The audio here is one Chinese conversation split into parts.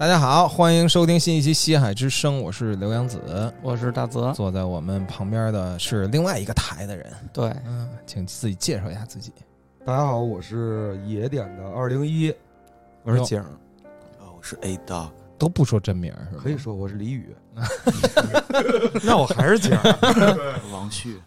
家好，欢迎收听新一期《西海之声》，我是刘洋子， 我是大泽， 坐在我们旁边的是另外一个台的人。 对， 请自己介绍一下自己。 大家好，我是野点的201， 我是景， 我是 A 大， 都不说真名是吧？ 可以说我是李宇。 那我还是景， 王旭。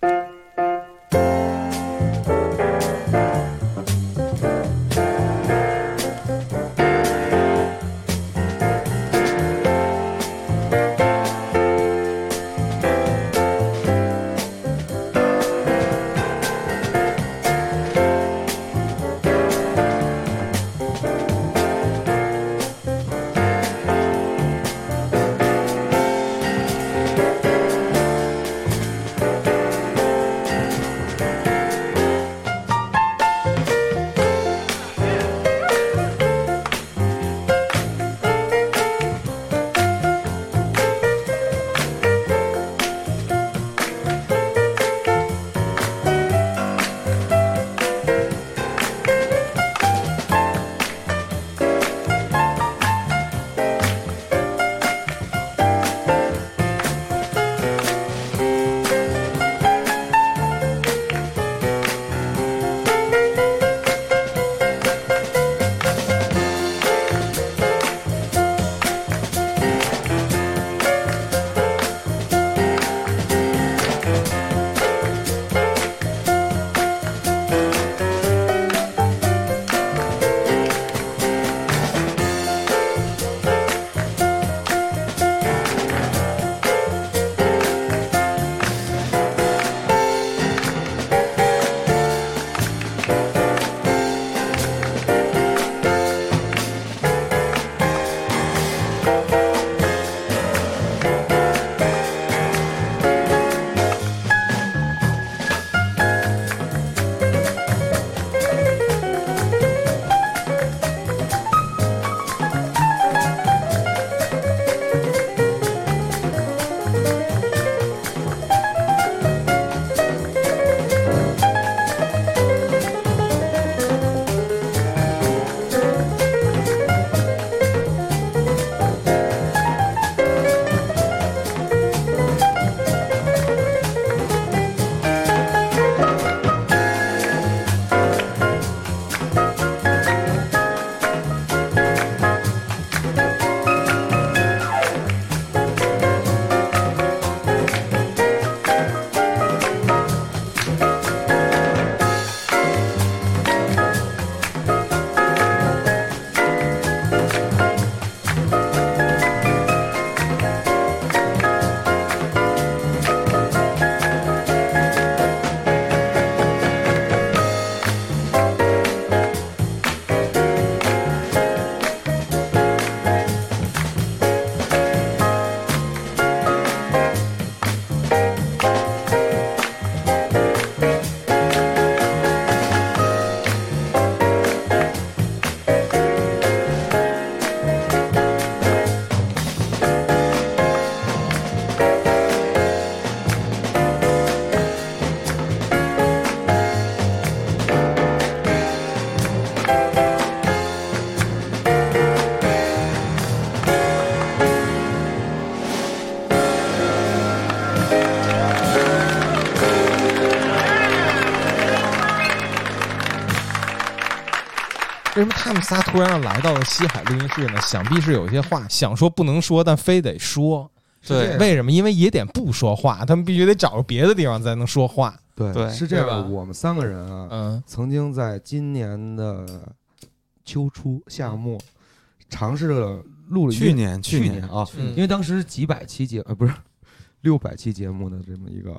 为什么他们仨突然要来到了西海录音室呢？想必是有些话想说不能说，但非得说。 对， 为什么？因为野点不说话，他们必须得找个别的地方才能说话。 对，是这样的。 吧我们3个人啊，曾经在今年的秋初夏末尝试着录了去年啊，因为当时几百期不是600期节目的这么一个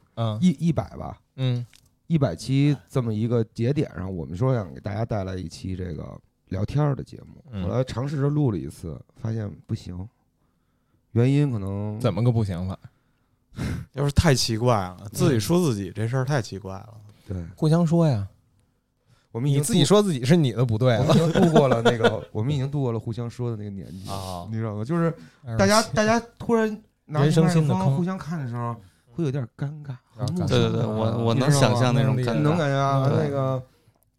100吧，100期这么一个节点上，我们说想给大家带来一期这个聊天的节目，后来尝试着录了一次，发现不行，原因可能怎么个不行法？ 要是太奇怪了，自己说自己这事儿太奇怪了。 对， 互相说呀。 我们已经你自己说自己是你的不对了， 我们已经度过了那个，我们已经度过了互相说的那个年纪啊， 你知道吗？就是大家突然拿起麦克风互相看的时候，会有点尴尬。 对，我能想象那种尴尬， 能感觉啊，那个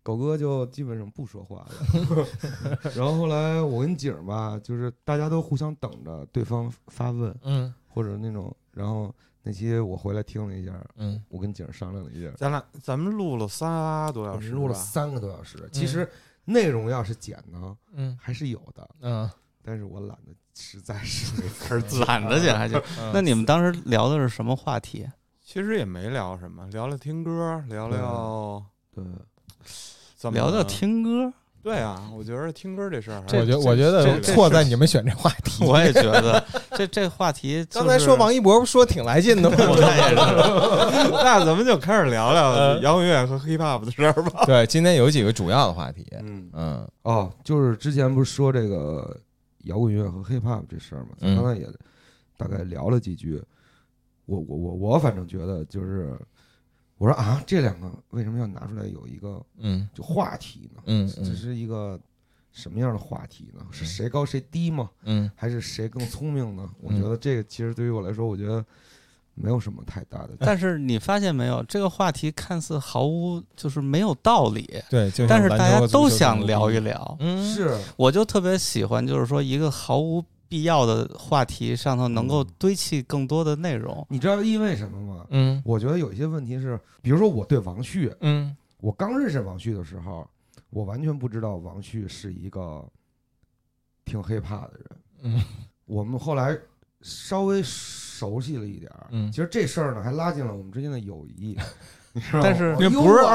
狗哥就基本上不说话的。然后后来我跟景吧，就是大家都互相等着对方发问，或者那种，然后那期我回来听了一下，我跟景商量了一下， 咱们录了3个多小时， 录了3个多小时。其实内容要是剪呢，还是有的，但是我懒得，实在是没法懒得剪还行。那你们当时聊的是什么话题？ 其实也没聊什么，聊聊听歌，聊聊聊聊听歌。 对啊，我觉得听歌这事儿， 我觉得错在你们选这话题。 我也觉得这话题， 刚才说王一博不说挺来劲的吗？ 那咱们就开始聊聊摇滚乐和 hip hop 的事儿吧。 对，今天有几个主要的话题。 就是之前不是说这个摇滚乐和 hip hop 这事儿嘛，刚才也大概聊了几句。我反正觉得就是。我说啊，这两个为什么要拿出来有一个就话题呢？这是一个什么样的话题呢？是谁高谁低吗？还是谁更聪明呢？我觉得这个其实对于我来说，我觉得没有什么太大的。 但是你发现没有，这个话题看似毫无就是没有道理， 对， 但是大家都想聊一聊。 是， 我就特别喜欢，就是说一个毫无必要的话题上头能够堆砌更多的内容。 你知道因为什么吗？我觉得有一些问题是，比如说我对王旭，我刚认识王旭的时候，我完全不知道王旭是一个听hiphop的人。我们后来稍微熟悉了一点，其实这事儿呢还拉近了我们之间的友谊。 但是也不是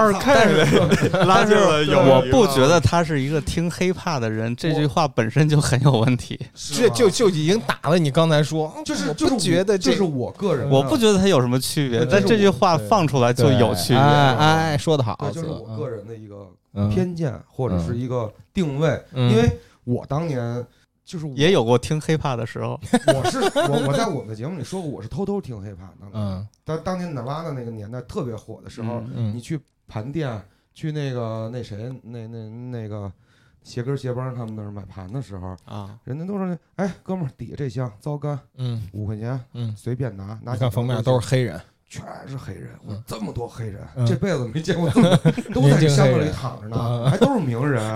2K 拉近了友谊。 我不觉得他是一个听hiphop的人，这句话本身就很有问题。 就已经打了你刚才说， 就是觉得这是我个人， 我不觉得他有什么区别，但这句话放出来就有区别。 哎，说得好， 就是我个人的一个偏见或者是一个定位，因为我当年。就是也有过听hiphop的时候， 我在我们的节目里说过，我是偷偷听hiphop的。当年 Nirvana 那个年代特别火的时候，你去盘店，去那谁那个鞋跟鞋帮他们那儿买盘的时候啊，人家都说哎哥们儿底下这箱糟干，5块钱，随便拿。 你看封面都是黑人。 全是黑人，我这么多黑人，这辈子没见过这么都在箱子里躺着呢，还都是名人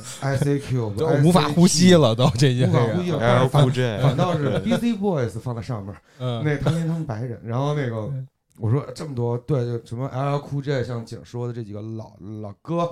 ，ICQ 都无法呼吸了，都这些无法呼吸了。 反倒是 BC Boys 放在上面，那他们白人，然后那个我说这么多，对，就什么 LL Cool J， 像景说的这几个老哥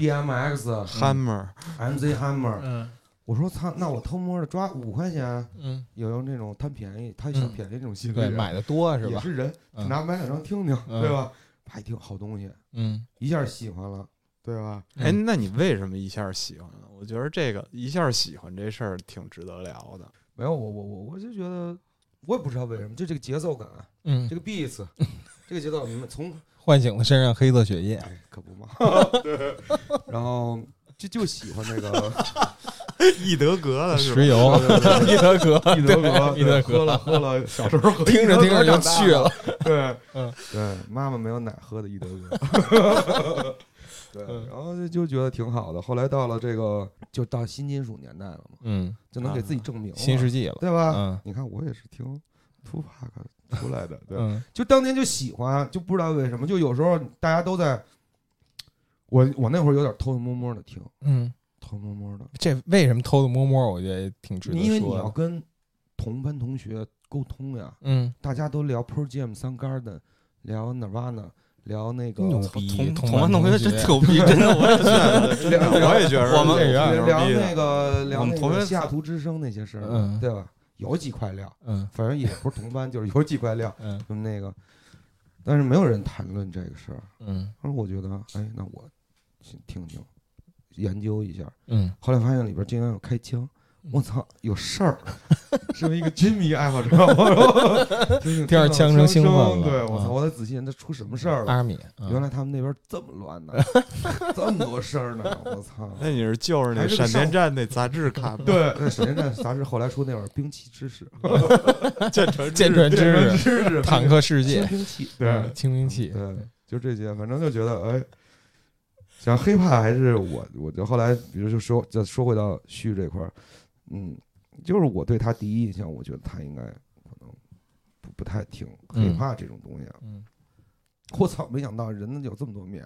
，DMX、Hammer、MC Hammer。我说操，那我偷摸的抓5块钱，有那种贪便宜，他想便宜这种心理， 对，买的多是吧？ 也是人，拿买2张听听，对吧？还挺好东西，一下喜欢了，对吧？ 哎，那你为什么一下喜欢了？我觉得这个一下喜欢这事儿挺值得聊的。 没有，我就觉得，我也不知道为什么，就这个节奏感，这个 beats， 这个节奏，你们从唤醒了身上黑色血液， 哎，可不嘛。然后就喜欢那个。 易德格的石油，易德格， 喝了，小时候听着就去了。 对，对，妈妈没有奶喝的易德格。对，然后就觉得挺好的。后来到了这个，就到新金属年代了嘛，就能给自己证明新世纪了， 对吧？你看我也是听 Tupac 出来的，对，就当年就喜欢，就不知道为什么，就有时候大家都在，我那会儿有点偷偷摸摸的听，偷摸摸的， 这为什么偷偷摸摸？我觉得挺值得说的。 因为你要跟同班同学沟通呀，大家都聊 Pearl Jam、Soundgarden， 聊 Nirvana， 聊那个牛逼， 同班同学真牛逼，真的， 我也觉得， 我们聊那个西雅图之声那些事儿，对吧？有几块料，反正也不是同班，就是有几块料，就那个，但是没有人谈论这个事儿，而我觉得，哎，那我听听。研究一下，后来发现里边竟然有开枪，我操，有事儿，身为一个军迷爱好者， 第二枪声兴奋了， 对我操，我得仔细，那出什么事儿了？ 阿米， 原来他们那边这么乱呢，这么多事儿呢，我操！ 那你是就着那闪电战那杂志看的？ 对，那闪电战杂志后来出那本《兵器知识》， 舰船知识，坦克世界， 轻兵器， 对，轻兵器， 对，就这些，反正就觉得，哎。像hiphop还是我就后来，比如就说回到旭这块儿，就是我对他第一印象，我觉得他应该可能不太听hiphop这种东西， 我操，没想到人有这么多面，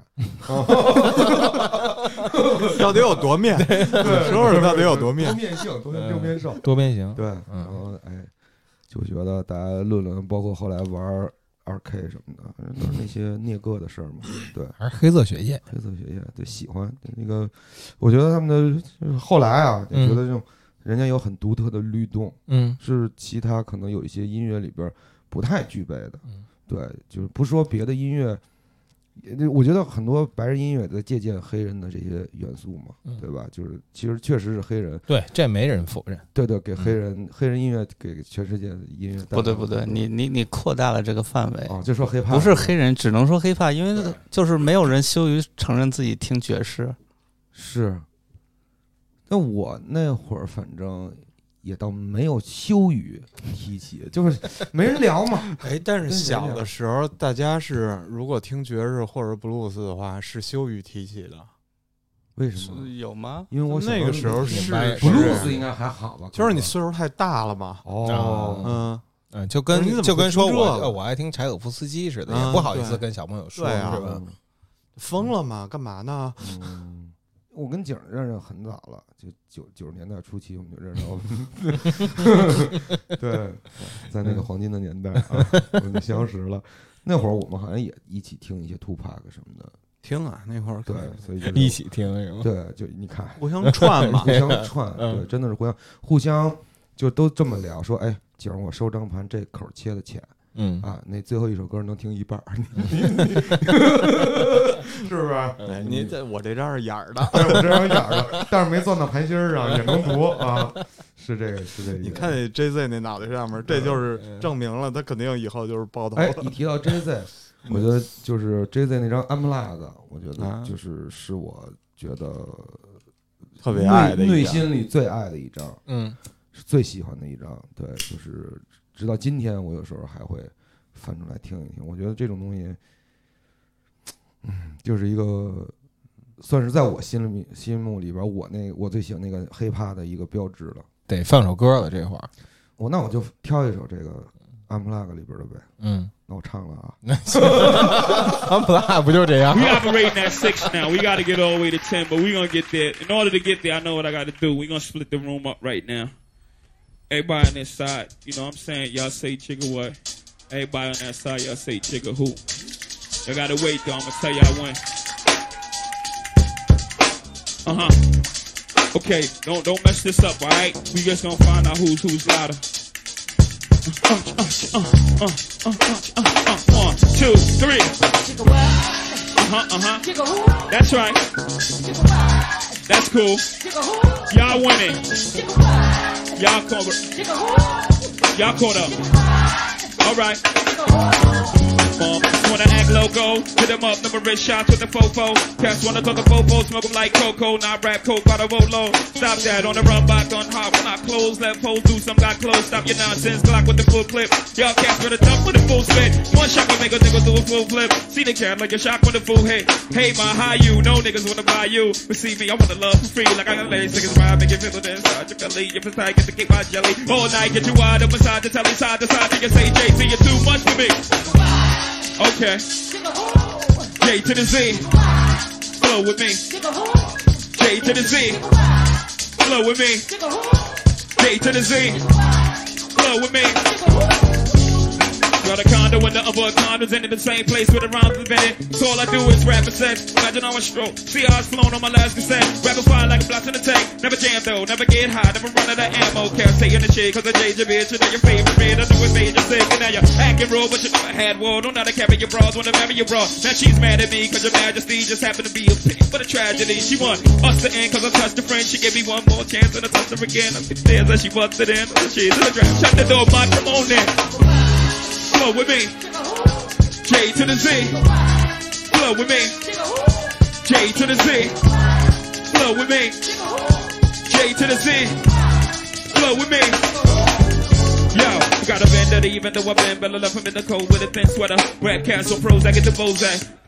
到底有多面？说说到底有多面？ 多面性，多面兽， 多边形。 对，然后就觉得大家论论，包括后来玩2K 什么的，都是那些聂个的事儿嘛。对， 还是黑色血液， 对，喜欢那个。我觉得他们的后来啊，就觉得这种人家有很独特的律动，是其他可能有一些音乐里边不太具备的。对，就是不说别的音乐，我觉得很多白人音乐在借鉴黑人的这些元素嘛，对吧？就是其实确实是黑人， 对，这没人否认。 对，给黑人音乐给全世界的音乐带来。 不对，你扩大了这个范围。 就说黑怕不是黑人，只能说黑怕，因为就是没有人羞于承认自己听爵士。 是，但我那会儿反正也倒没有羞于提起，就是没人聊嘛。 但是小的时候，大家是如果听爵士或者布鲁斯的话，是羞于提起的。 为什么？ 有吗？ 因为我那个时候是布鲁斯应该还好吧？ 就是你岁数太大了嘛。 就跟说我爱听柴可夫斯基似的，也不好意思跟小朋友说，是吧？ 疯了吗？干嘛呢？ 我跟景认识很早了，就90年代初期我们就认识了。对，在那个黄金的年代我们就相识了。那会儿我们好像也一起听一些 Tupac 什么的。 听啊，那会儿对，所以就一起听是吗？ 对，就你看， 互相串嘛， 互相串，对，真的是互相就都这么聊，说，景我收张盘这口切的浅。那最后一首歌能听一半，是不是？ 你我这张是眼儿的， 我这张眼儿的，但是没攥到盘芯上，也能读啊。是这个。 你看 JZ 那脑袋上面，这就是证明了他肯定以后就是爆头。 一提到 JZ， 我觉得就是 JZ 那张 Unplugged， 我觉得是我觉得特别爱的内心里最爱的一张，是最喜欢的一张。对，就是直到今天，我有时候还会翻出来听一听。我觉得这种东西，就是一个算是在我心目里边，我最喜欢那个黑怕的一个标志了。 得放首歌了，这会儿。 那我就挑一首这个 Unplugged 里边的呗。那我唱了啊。 Unplugged 不就这样 ？We operating at 6 now. We got to get all the way to 10, but we gonna get there. In order to get there, I know what I got to do. We gonna split the room up right now. Everybody on this side, you know what I'm saying? Y'all say jigga what? Everybody on that side, y'all say jigga who? Y'all gotta wait though, I'm gonna tell y'all when. Okay, don't mess this up, alright? We just gonna find out who's louder. 1, 2, 3. Jigga who? That's right. That's cool. Y'all winning. Y'all caught up. All right. Wanna act loco, hit them up, number wrist shots with the fofo. Cats wanna talk a fofo, smoke them like cocoa. Now rap coke by the Volo. Stop that, on the run by gun hop. When I close, let foes do some got close. Stop your nonsense, Glock with the full clip. Y'all cats gonna dump with a full spit. One shot can make a nigga do a full flip. See the cat like a shot with a full hit. Hey, my how you? No niggas wanna buy you. But see me, I wanna love for free. Like I got legs, niggas ride, make it feel it inside your belly. If it's tight, get the kick my jelly. All night, get you wide up inside the telly, side to side. Niggas say JC, you're too much for me. Okay. J to the Z. Flow with me. J to the Z. Flow with me. J to the Z. Flow with me. Got a condo and the other condos in the same place with the rhymes invented. So all I do is rap and set. Imagine on my stroke. See how it's flown on my last cassette. Rapid fire like a blast in the tank. Never jam though, never get high, never run out of ammo. Can't stay in the shade cause I changed your bitch. You know your favorite red, I know it made you sick. And now you're acting raw, but you never had war. Don't know how to carry your bras, wanna marry your bra. Now she's mad at me cause your majesty just happened to be a pig. But a tragedy, she won us to end cause I touched a friend. She gave me one more chance and I touched her again. I'm upstairs as she busted in. She's in the trap. Shut the door, Mike, come on in. Flow with me. J to the Z. Flow with me. J to the Z. Flow with me. J to the Z. Flow with me. Yo, got a vendetta even though I've been better left him in the cold with a thin sweater. Rap cats on pros, I get the Bozak.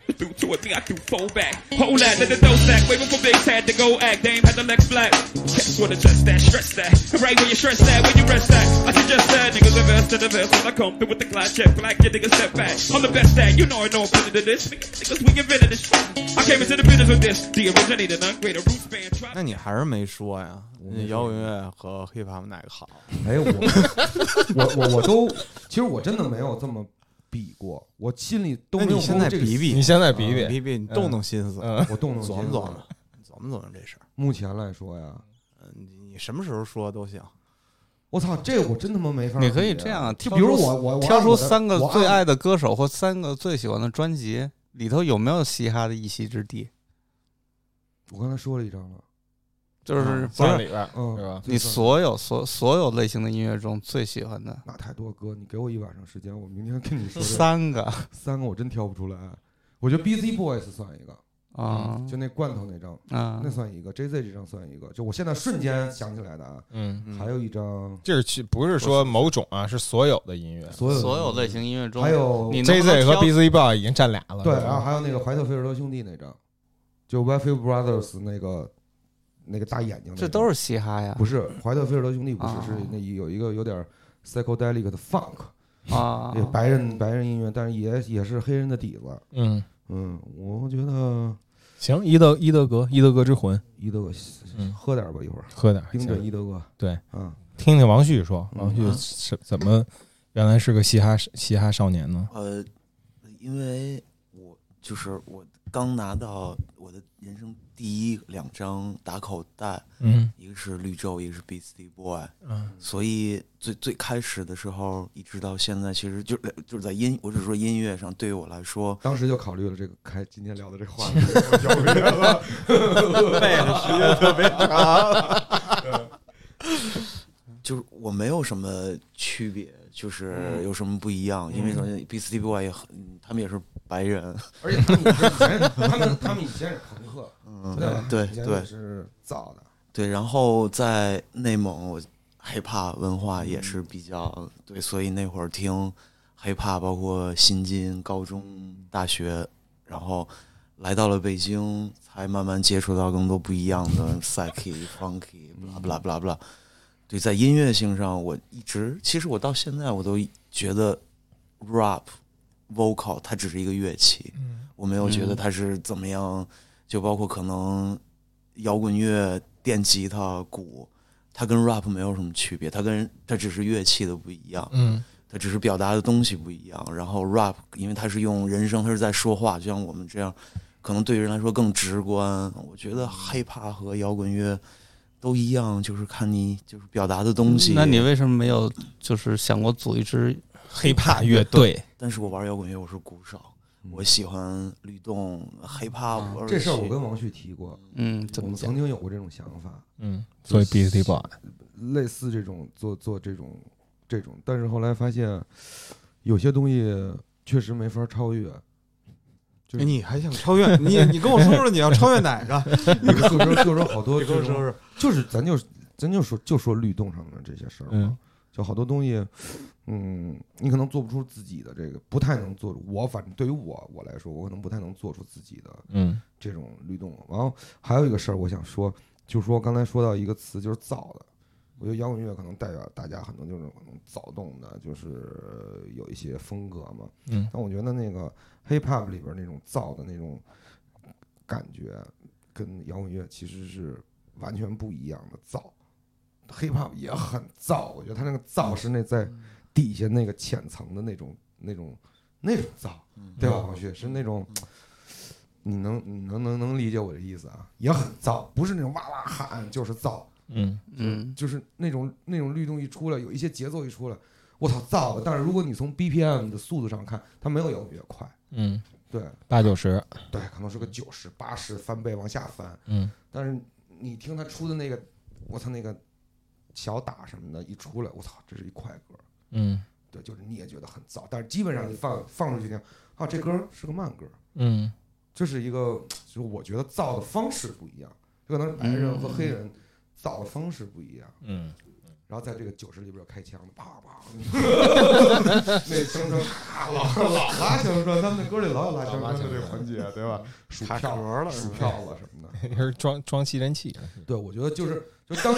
through two of me, I do fold back. Hold that, let the dough stack. Waiting for Biggs had to go act. Dame had the legs flat. Cats wanna dress that, stress that. Right when you stress that, when you rest that. I suggest that niggas invest in the vest. When I come through with the glide check, black, your niggas step back. I'm the best at, you know I know I'm fitting to this. Niggas, we invented this. I came into the business with this. The originator, none greater roots band. 那你还是没说呀？摇滚乐和 hip hop 哪个好？ 哎，我都，其实我真的没有这么比过，我心里都没有。 你现在比比， 你现在比比，你动动心思， 我动动心思， 琢磨这事儿。 目前来说呀， 你什么时候说都行。 我操，这我真他妈没法。 你可以这样， 就比如我挑出3个最爱的歌手或3个最喜欢的专辑，里头有没有嘻哈的一席之地？ 我刚才说了一张了。 就是算里边， 是吧？ 你所有类型的音乐中最喜欢的， 那太多歌，你给我一晚上时间，我明天跟你说。 3个我真挑不出来。我觉得 BC Boys 算一个啊， 就那罐头那张啊， 那算一个 JZ 这张算一个，就我现在瞬间想起来的啊。还有一张， 这是不是说某种啊，是所有的音乐， 所有类型音乐中， 还有 JZ 和 BC Boy 已经占俩了。 对，然后还有那个怀特菲尔德兄弟那张，就 Whitefield Brothers 那个大眼睛， 这都是嘻哈呀？ 不是，怀特菲尔德兄弟不是，是那有一个有点 psychedelic 的 funk 啊， 白人音乐，但是也是黑人的底子。我觉得行。伊德哥之魂， 伊德哥，喝点吧，一会儿喝点。 冰镇伊德哥， 对，听听王旭说，王旭是怎么原来是个嘻哈少年呢？ 因为我刚拿到我的人生第2张打口袋，一个是绿洲，一个是 Beastie Boy，所以最开始的时候一直到现在，其实就是在我只是说音乐上，对于我来说， 当时就考虑了这个今天聊的这个话题，背的时间特别长， 就是我没有什么区别，就是有什么不一样，因为首先 Beastie Boy 也他们也是白人， 而且他们以前是朋克， 对， 是造的， 对，然后在内蒙，我 hiphop 文化也是比较对，所以那会儿听 hiphop， 包括新津、高中、大学，然后来到了北京，才慢慢接触到更多不一样的 psyche、funky，blah blah blah blah。对，在音乐性上，其实我到现在我都觉得 rap、vocal 它只是一个乐器，我没有觉得它是怎么样，就包括可能摇滚乐、电吉他、鼓，它跟 rap 没有什么区别，它只是乐器的不一样，它只是表达的东西不一样。然后 rap 因为它是用人声，它是在说话，就像我们这样，可能对于人来说更直观。我觉得 hiphop 和摇滚乐都一样，就是看你就是表达的东西。 那你为什么没有就是想过组一支 hiphop 乐队？ 但是我玩摇滚乐，我是鼓手，我喜欢律动 hiphop。 这事儿我跟王旭提过， 我们曾经有过这种想法， 所以 Beastie Boy 类似这种做这种，但是后来发现有些东西确实没法超越。 你还想超越？你跟我说说你要超越哪个？ 就说好多， 你跟我说说， 就是咱就说律动上的这些事儿，就好多东西，你可能做不出自己的这个，不太能做。反正对于我来说，我可能不太能做出自己的这种律动。然后还有一个事儿，我想说，就是说刚才说到一个词，就是躁的。我觉得摇滚乐可能代表大家很多就是可能躁动的，就是有一些风格嘛。但我觉得那个 hip hop 里边那种躁的那种感觉，跟摇滚乐其实是完全不一样的。躁 hip hop 也很躁，我觉得他那个躁是那在底下那个浅层的那种躁，对吧？王旭是那种。你能理解我的意思啊？也很躁，不是那种哇哇喊，就是躁。就是那种律动一出来，有一些节奏一出来，我操燥的。但是如果你从 BPM 的速度上看，它没有摇滚乐快。对 ，80-90， 对，可能是个90、80翻倍往下翻。但是你听他出的那个，我操那个小打什么的，一出来，我操，这是一快歌。对，就是你也觉得很燥，但是基本上你放出去听，这歌是个慢歌。这是一个，就是我觉得造的方式不一样，可能是白人和黑人造的方式不一样。 然后在这个90里边开枪的，啪啪，那声咔老拉枪声，他们那歌里老有拉枪声的这个环节，对吧？数票了什么的， 也是装吸尘器。 对，我觉得就当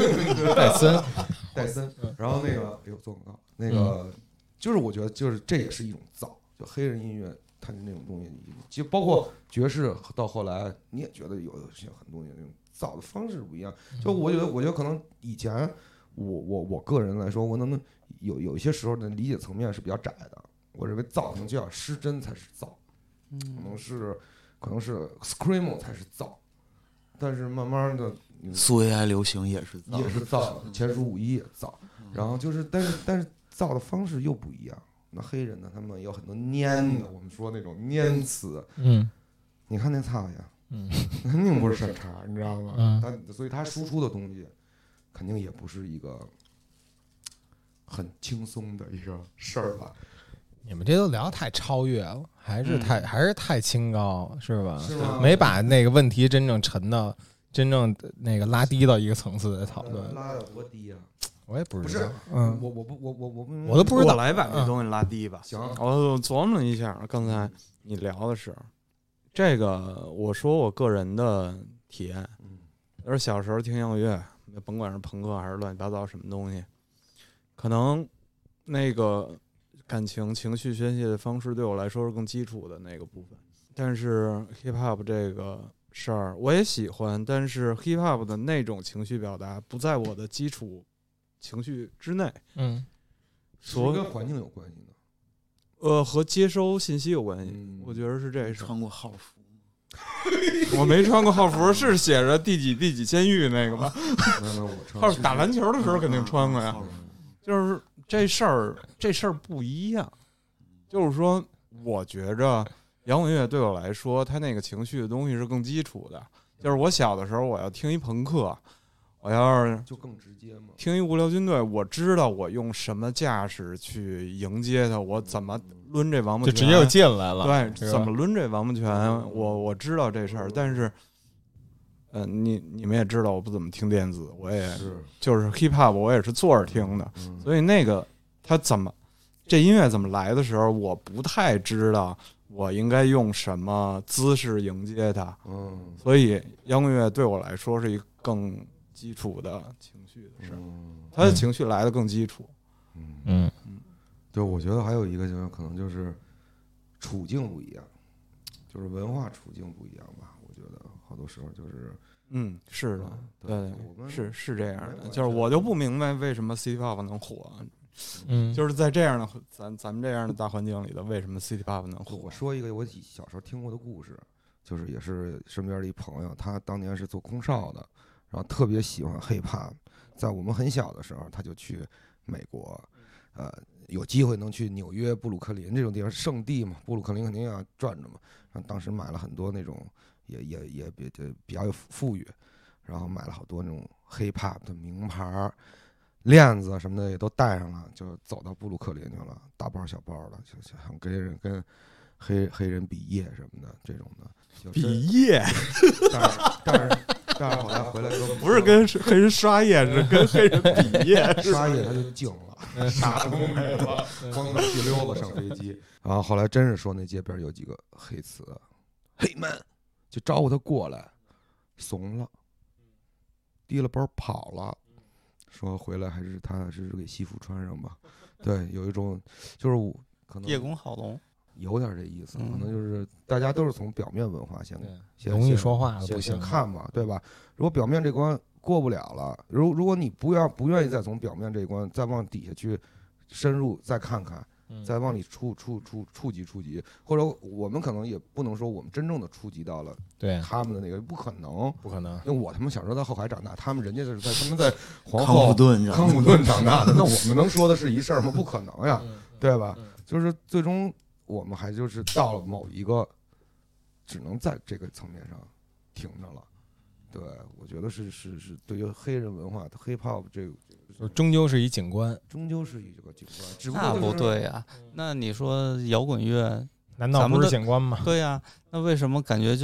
戴森，然后那个哎呦做广告，那个就是我觉得就是这也是一种造，就黑人音乐它那种东西，其实包括爵士到后来你也觉得有些很多那种造的方式不一样，就我觉得可能以前。我个人来说，我能有一些时候的理解层面是比较窄的。我认为造可能就要失真才是造，可能是 screamo 才是造，但是慢慢的苏维埃流行也是造，前书51也造，然后就是但是造的方式又不一样。那黑人呢，他们有很多粘的，我们说那种粘词，你看那操呀，肯定不是审查，你知道吗？所以他输出的东西。肯定也不是一个很轻松的一个事儿吧？ 你们这都聊太超越了，还是太清高，是吧？ 是吗？ 没把那个问题真正沉到真正那个拉低到一个层次的讨论。 拉到多低啊？ 我也不知道。 我都不知道。 我来把这东西拉低吧。 行， 我琢磨了一下，刚才你聊的是这个，我说我个人的体验，就是小时候听摇滚乐。甭管是朋克还是乱七八糟什么东西，可能那个感情情绪宣泄的方式对我来说是更基础的那个部分。但是 hip hop 这个事儿我也喜欢，但是 hip hop 的那种情绪表达不在我的基础情绪之内。 所以跟环境有关系的。 和接收信息有关系。我觉得是这事。 穿过号服。 我没穿过号服，是写着第几监狱那个吗？ 我打篮球的时候肯定穿过呀。就是这事儿不一样。就是说，我觉着摇滚乐对我来说，它那个情绪的东西是更基础的。就是我小的时候，我要听一朋克，我要是就更直接嘛。 听一无聊军队，我知道我用什么架势去迎接他，我怎么抡这王八拳， 就直接就进来了。 对，怎么抡这王八拳，我知道这事儿。但是，你们也知道，我不怎么听电子，我也就是 hip hop， 我也是坐着听的，所以那个他这音乐怎么来的时候，我不太知道我应该用什么姿势迎接它。所以摇滚乐对我来说是一个更基础的情绪的事，他的情绪来的更基础。 对，我觉得还有一个就是可能就是处境不一样，就是文化处境不一样吧。我觉得好多时候就是， 是的，对，是这样的。就是我就不明白为什么 City Pop 能火，就是在这样的咱们这样的大环境里的，为什么 City Pop 能火？ 我说一个我小时候听过的故事，就是也是身边的一朋友，他当年是做空少的，然后特别喜欢 hip hop， 在我们很小的时候，他就去美国，有机会能去纽约、布鲁克林这种地方圣地嘛，布鲁克林肯定要转着嘛。然后当时买了很多那种，也比较有富裕，然后买了好多那种 hip hop 的名牌链子什么的也都带上了，就走到布鲁克林去了，大包小包的，就想跟黑人比业什么的这种的。 比业， 但是后来回来说不是跟黑人刷业，是跟黑人比业， 刷业他就静了，啥都没了，光个屁溜子上飞机。然后后来真是说那街边有几个黑词，嘿man，就招呼他过来，怂了，提了包跑了，说回来还是他是给西服穿上吧。对，有一种就是可能叶公好龙。 有点这意思，可能就是大家都是从表面文化先容易说话不先看嘛，对吧？如果表面这关过不了了，如果你不愿意再从表面这一关再往底下去深入再看看，再往里触及，或者我们可能也不能说我们真正的触及到了他们的那个，不可能，因为我他妈小时候在后海长大，他们人家是他们在皇后康普顿长大的，那我们能说的是一事儿吗？不可能呀，对吧？就是最终。我们还就是到了某一个，只能在这个层面上停着了。对，我觉得是对于黑人文化的 hip hop 这个， 终究是一景观， 终究是一个景观。只不过、那不对呀、那你说摇滚乐， 难道不是景观吗？ 对呀、那为什么感觉就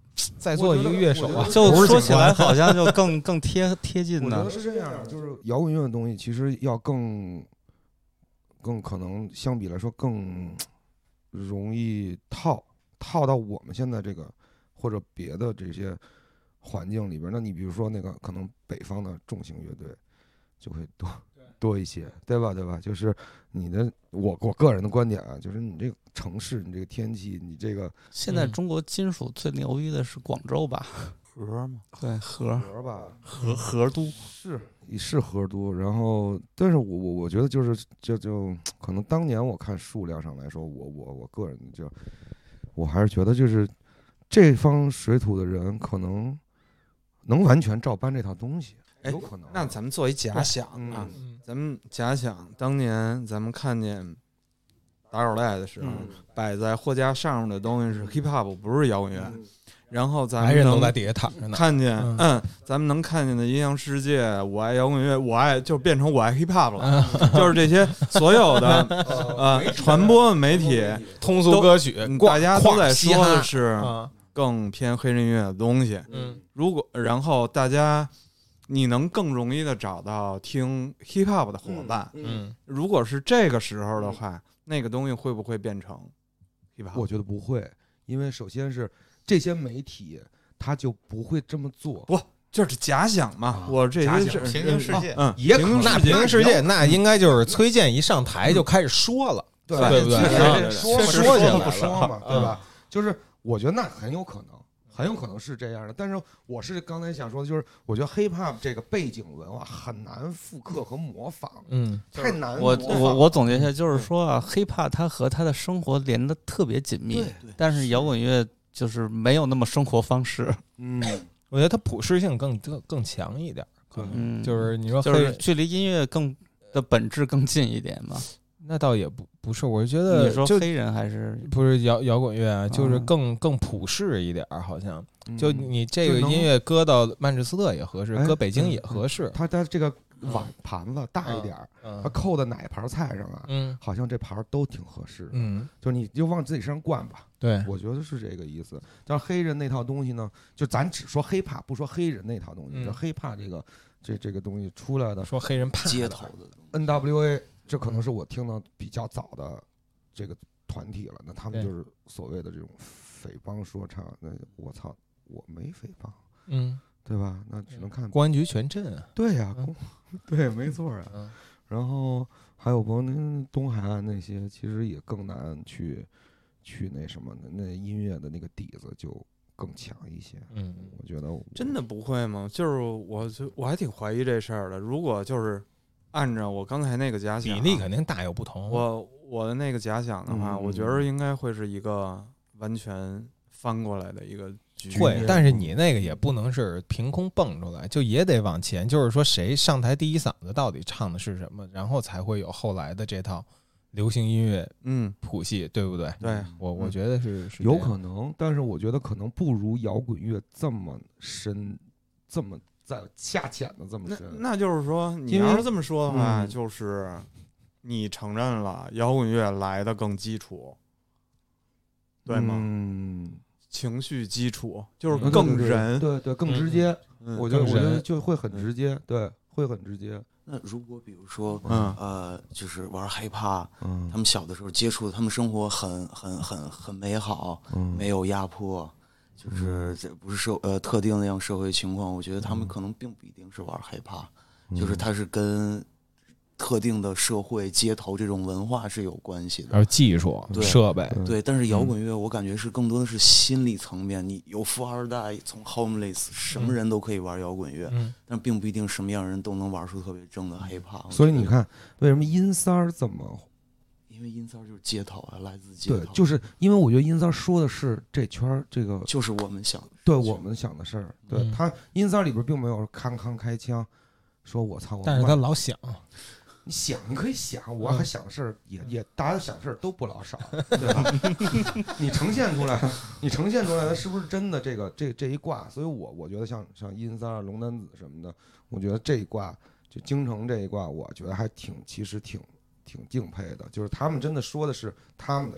再做一个乐手啊， 就说起来好像就更贴近的。 我觉得是这样，就是摇滚乐的东西其实要更可能相比来说更容易套到我们现在这个或者别的这些环境里边。那你比如说那个可能北方的重型乐队就会多一些，对吧？就是你的我个人的观点啊，就是你这个城市，你这个天气，你这个现在中国金属最牛逼的是广州吧？ 盒吗？ 对，盒吧， 盒都是盒都。然后，但是我觉得就是就可能当年我看数量上来说，我个人我还是觉得就是这方水土的人可能能完全照搬这套东西。有可能。 那咱们做一假想啊，咱们假想当年咱们看见打口袋的时候，摆在货架上面的东西是 hip hop， 不是摇滚乐。然后咱们人都在底下躺着呢， 看见咱们能看见的阴阳世界，我爱摇滚乐，我爱就变成我爱 hip hop 了，就是这些所有的传播媒体通俗歌曲， 大家都在说的是更偏黑人音乐的东西。如果然后大家你能更容易的找到听 hip hop 的伙伴。如果是这个时候的话，那个东西会不会变成 hip hop？ 我觉得不会，因为首先是这些媒体他就不会这么做。 不，就是假想嘛。我这些是平行世界， 也可能平行世界，那应该就是崔健一上台就开始说了，对不对？ 说起来了嘛，对吧？就是我觉得那很有可能是这样的，但是我是刚才想说的，就是我觉得 hip hop 这个背景文化很难复刻和模仿，太难模仿。 我总结一下，就是说啊 ，hip hop 它和他的生活连得特别紧密，但是摇滚乐就是没有那么生活方式。 我觉得它普适性更强一点，可能就是你说就是距离音乐的本质更近一点嘛。 那倒也不是，我觉得你说黑人还是不是摇滚乐啊，就是更普适一点，好像就你这个音乐搁到曼彻斯特也合适，搁北京也合适。 它这个碗盘子大一点，它扣在哪盘菜上啊？好像这盘都挺合适的。就你就往自己身上灌吧。 对， 我觉得是这个意思。但是黑人那套东西呢，就咱只说黑怕，不说黑人那套东西。这黑怕这个东西出来的， 说黑人怕街头的 NWA。这可能是我听到比较早的这个团体了，那他们就是所谓的这种匪帮说唱。那我操，我没匪帮，对吧？那只能看公安局全镇啊。 对呀，对，没错啊。然后还有包括东海岸那些，其实也更难去那什么的，那音乐的那个底子就更强一些。我觉得真的不会吗？就是我还挺怀疑这事儿的。如果就是按照我刚才那个假想， 比例肯定大有不同。 我的那个假想的话，我觉得应该会是一个完全翻过来的一个局面。 会，但是你那个也不能是凭空蹦出来，就也得往前。就是说，谁上台第一嗓子到底唱的是什么，然后才会有后来的这套流行音乐谱系，对不对？ 对， 我觉得是有可能，但是我觉得可能不如摇滚乐这么深，这么。在下潜的这么深， 那就是说，你要是这么说的话，就是你承认了摇滚乐来的更基础，对吗？情绪基础就是更人， 对，更直接。我觉得就会很直接，对，会很直接。 那如果比如说，就是玩hiphop，他们小的时候接触的，他们生活很美好，没有压迫。就是这不是特定的样社会情况，我觉得他们可能并不一定是玩hiphop，就是它是跟特定的社会街头这种文化是有关系的， 还有技术设备。 对，但是摇滚乐我感觉是更多的是心理层面，你有富二代，从 homeless 什么人都可以玩摇滚乐，但并不一定什么样人都能玩出特别正的hiphop。 所以你看，为什么阴三儿这么？ 因为阴三就是街头啊，来自街头。 对，就是因为我觉得阴三说的是这圈这个， 就是我们想的， 对我们想的事儿。对他阴三里边并没有康开枪，说我操， 但是他老想， 你想你可以想，我还想事儿也大家想事儿都不老少，对吧？你呈现出来的是不是真的这一卦？所以我觉得像阴三、龙丹子什么的，我觉得这一卦就京城这一卦，我觉得还其实挺敬佩的，就是他们真的说的是他们的事儿，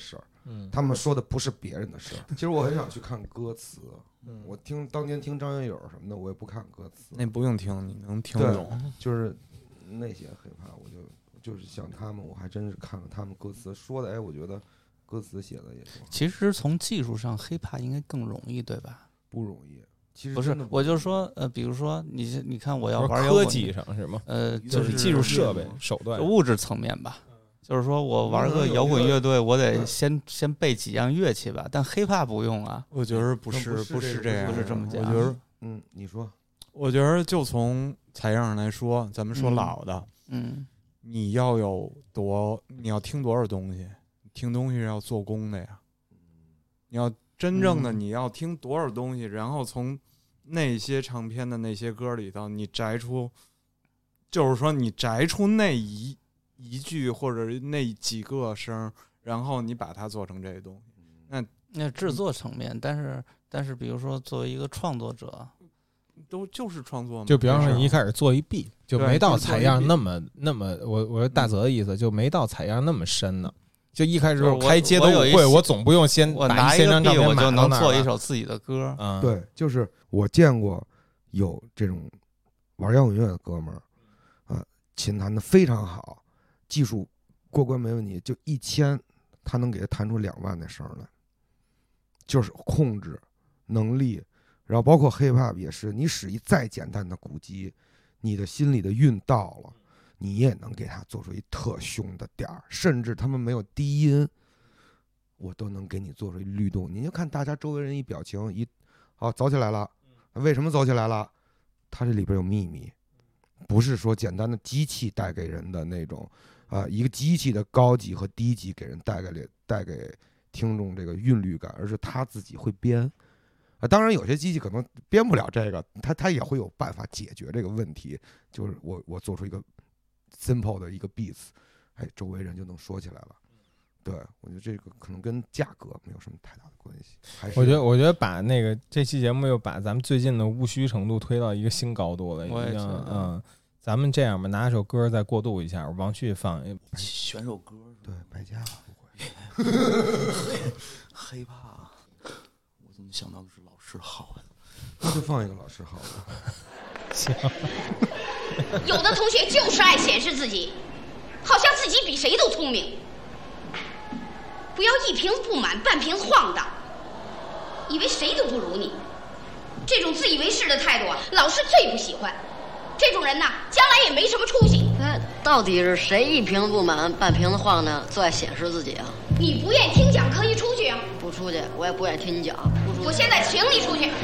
他们说的不是别人的事。其实我很想去看歌词，我当年听张学友什么的，我也不看歌词。 那不用听，你能听懂。 就是那些hiphop，我就是像他们，我还真是看了他们歌词说的，哎，我觉得歌词写的也挺好。 其实从技术上，hiphop应该更容易，对吧？ 不容易。其实不是，我就说，比如说你看，我要玩科技上是吗？ 就是技术设备、手段、 物质层面吧。就是说我玩个摇滚乐队，我得先背几样乐器吧。但hiphop不用啊。 我觉得不是这样， 不是这么讲。 我觉得， 你说， 我觉得就从采样来说，咱们说老的，你要你要听多少东西，听东西是要做工的呀。你要真正的你要听多少东西，然后从那些唱片的那些歌里头，你摘出，就是说你摘出那一句或者那几个声，然后你把它做成这个东西。 那制作层面，但是比如说作为一个创作者， 就是创作嘛。 就比方说你一开始做一 beat， 就没到采样那么，我说大泽的意思就没到采样那么深呢。就一开始开街头舞会，我总不用先拿一个 beat 我就能做一首自己的歌。 对，就是我见过有这种玩摇滚乐的哥们儿，琴弹的非常好，技术过关没问题，就1000他能给他弹出2万的声来，就是控制能力。然后包括 hiphop 也是，你使一再简单的鼓机，你的心里的韵到了，你也能给他做出一特凶的点儿，甚至他们没有低音，我都能给你做出一律动。你就看大家周围人一表情，好走起来了，为什么走起来了？他这里边有秘密，不是说简单的机器带给人的那种，一个机器的高级和低级给人带给听众这个韵律感，而是他自己会编。当然有些机器可能编不了这个，他也会有办法解决这个问题。就是我做出一个 simple 的一个 beats， 周围人就能说起来了。对，我觉得这个可能跟价格没有什么太大的关系。 我觉得把那个这期节目又把咱们最近的务虚程度推到一个新高度了。 我也觉得， 咱们这样吧，拿首歌再过渡一下，王旭放选首歌。 对，百家不会。黑怕，我怎么想到的是老师好呀？ 那就放一个老师好的。 行。 有的同学就是爱显示自己，好像自己比谁都聪明。不要一瓶子不满半瓶子晃荡，以为谁都不如你。这种自以为是的态度啊，老师最不喜欢。这种人呐，将来也没什么出息。 到底是谁一瓶子不满半瓶子晃呢？最爱显示自己啊？ 你不愿意听讲可以出去啊。 不出去，我也不愿意听你讲。不出去。 我现在请你出去。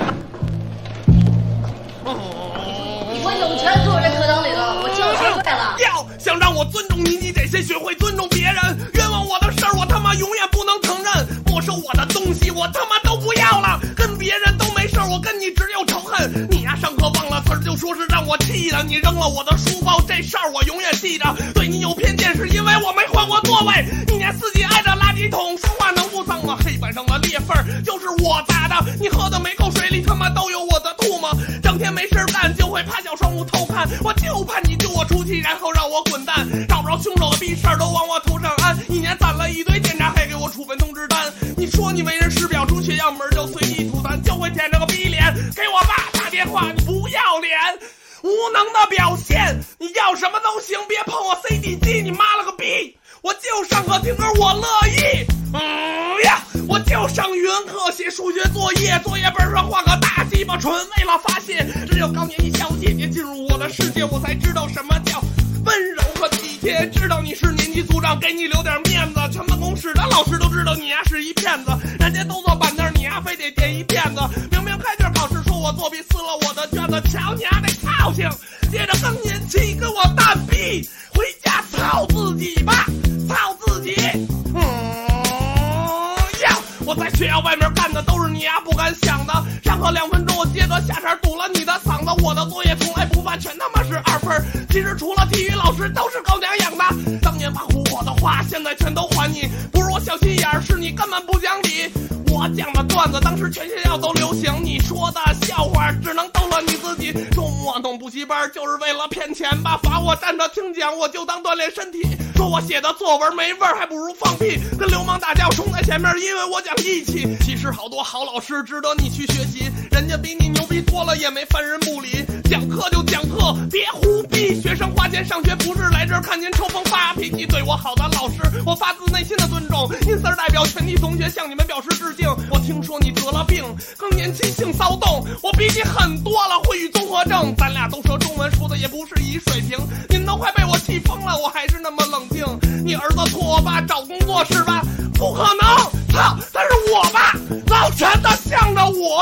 我有权坐这课堂里了，我交学费了。 想让我尊重你，你得先学会尊重别人。冤枉我的事儿，我他妈永远不能承认。没收我的东西，我他妈都不要了。跟别人都没事，我跟你只有仇恨。你呀，上课忘了词儿，就说是让我气的。你扔了我的书包，这事儿我永远记着。对你有偏见，是因为我没换过座位。一年四季挨着垃圾桶，说话能不脏吗？黑板上的裂缝就是我砸的。你喝的每口水里他妈都有我的吐沫。整天没事干就会趴脚窗户偷看，我就盼你救我出去，然后让我滚蛋。找不着凶手的逼事儿都往我头上安，一年攒了一堆检查，还给我处分通知单。你说你为人师表，出血样门就随地吐痰，就会舔着个逼脸给我爸打电话。你不要脸，无能的表现。你要什么都行，别碰我 CD 机，你妈了个逼！我就上课听歌，我乐意。我就上语文课写数学作业，作业本上画个大鸡巴唇，为了发泄。只有高年级小姐姐进入我的世界，我才知道什么叫温柔和体贴。知道你是年级组长，给你留点面子。全办公室的老师都知道你呀是一骗子，人家都坐板凳，你呀非得垫一片子。明明开卷考试说我作弊撕了我的卷子，瞧你丫那操性。接着更年期跟我蛋逼，回家操自己吧，操自己。我在学校外面干的都是你丫不敢想的。上课2分钟，我接个下茬堵了你的嗓子。我的作业从来不犯，全他妈是2分。其实除了体育老师都是狗娘养的。当年挖苦我的话，现在全都还你。不是我小心眼儿，是你根本不讲理。 我讲的段子当时全学校都流行，你说的笑话只能逗乐你自己。周末弄补习班就是为了骗钱吧，罚我站着听讲我就当锻炼身体。说我写的作文没味儿，还不如放屁。跟流氓打架我冲在前面，因为我讲义气。其实好多好老师值得你去学习，人家比你牛逼多了也没犯人不理。讲课就讲课，别胡逼。学生花钱上学不是来这儿看您抽风发脾气。对我好的老师，我发自内心的尊重。因此代表全体同学向你们表示致敬。我听说你得了病，更年期性骚动，我比你狠多了，会语综合症。咱俩都说中文，说的也不是一水平。你们都快被我气疯了，我还是那么冷静。你儿子托我爸找工作是吧？不可能，操！但是我爸老陈的向着我。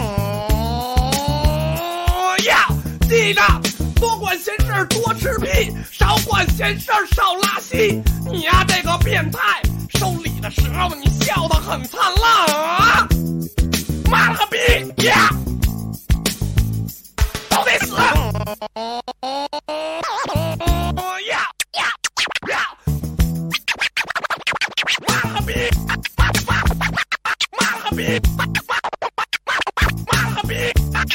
要记着，多管闲事多吃屁，少管闲事少拉稀。你呀这个变态，收礼的时候你笑得很灿烂啊！妈了个逼呀！都得死！妈了个逼！妈了个逼！妈了个逼！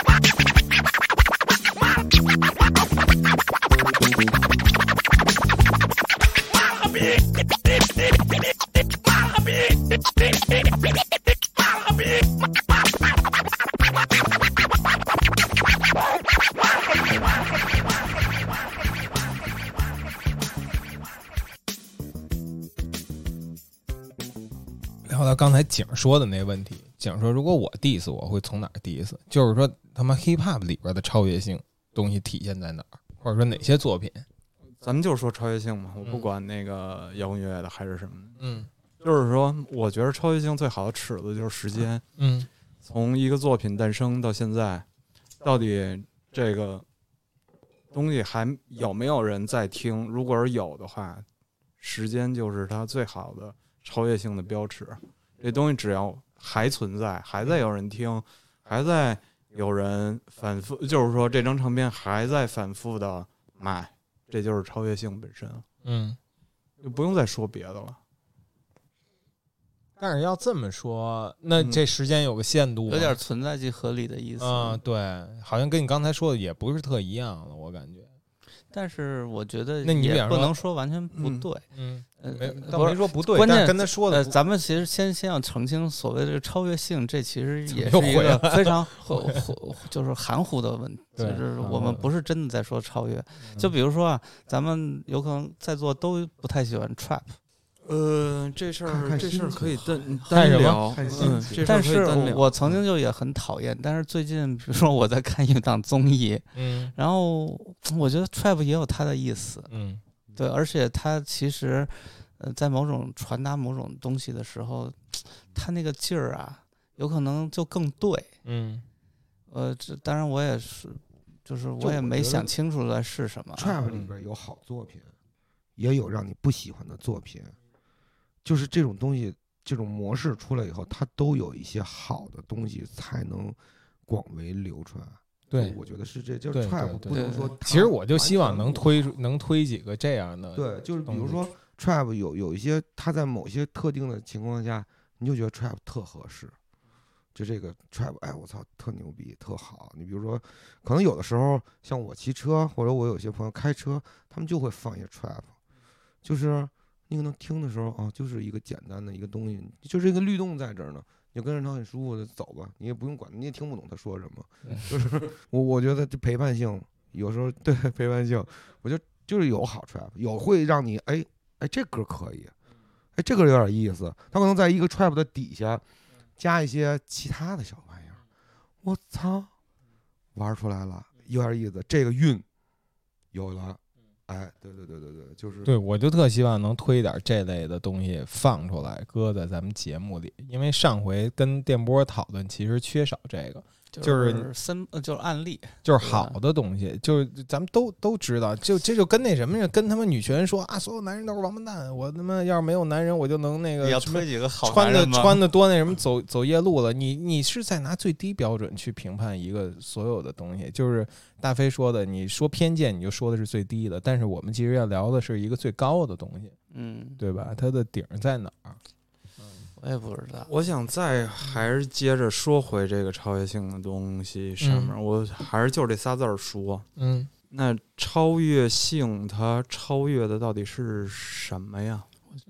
聊到刚才景说的那个问题，景说如果我 diss 我会从哪儿 diss， 就是说他妈 hip hop 里边的超越性东西体现在哪儿，或者说哪些作品。 咱们就说超越性嘛，我不管那个摇滚乐的还是什么的，就是说我觉得超越性最好的尺子就是时间，从一个作品诞生到现在，到底这个东西还有没有人在听，如果是有的话，时间就是它最好的超越性的标尺。这东西只要还存在，还在有人听，还在有人反复，就是说这张唱片还在反复的卖，这就是超越性本身。就不用再说别的了。 但是要这么说，那这时间有个限度， 有点存在即合理的意思啊。对，好像跟你刚才说的也不是特一样了，我感觉。 但是我觉得那你也不能说完全不对， 倒没说不对， 关键跟他说的， 咱们其实先要澄清，所谓的这个超越性，这其实也是一个非常就是含糊的问题，就是我们不是真的在说超越。就比如说啊，咱们有可能在座都不太喜欢 trap。 这事儿可以单聊， 但是我曾经就也很讨厌，但是最近比如说我在看一档综艺，然后我觉得 trap 也有它的意思，对，而且它其实在某种传达某种东西的时候，它那个劲儿啊，有可能就更对，这当然我也是，就是我也没想清楚来是什么。 trap 里边有好作品，也有让你不喜欢的作品。就是这种东西，这种模式出来以后，它都有一些好的东西才能广为流传。 对， 我觉得是这，就是 trap 不能说。 其实我就希望能推几个这样的。 对，就是比如说 trap 有一些，它在某些特定的情况下，你就觉得 trap 特合适。就这个 trap， 哎，我操，特牛逼，特好。你比如说，可能有的时候像我骑车，或者我有些朋友开车，他们就会放一些 trap， 就是。你可能听的时候啊，就是一个简单的一个东西，就是一个律动在这儿呢，你就跟着他很舒服的走吧，你也不用管，你也听不懂他说什么。就是我觉得这陪伴性有时候对陪伴性，我觉得就是有好 trap， 有会让你哎这歌可以，哎这歌有点意思，他可能在一个 trap 的底下加一些其他的小玩意儿，我操，玩出来了，有点意思，这个韵有了。哎，对，就是对，我就特希望能推点这类的东西放出来，搁在咱们节目里。因为上回跟电波讨论，其实缺少这个， 就是案例， 就是好的东西，就是咱们都知道，这就跟那什么，跟他们女权说啊，所有男人都是王八蛋，我他妈要是没有男人，我就能那个要推几个好穿的多那什么走夜路了。你是在拿最低标准去评判一个所有的东西，就是大飞说的，你说偏见，你就说的是最低的，但是我们其实要聊的是一个最高的东西，对吧？它的顶在哪儿？ 我也不知道。 我想还是接着说回这个超越性的东西上面，我还是就这仨字儿说。那超越性它超越的到底是什么呀？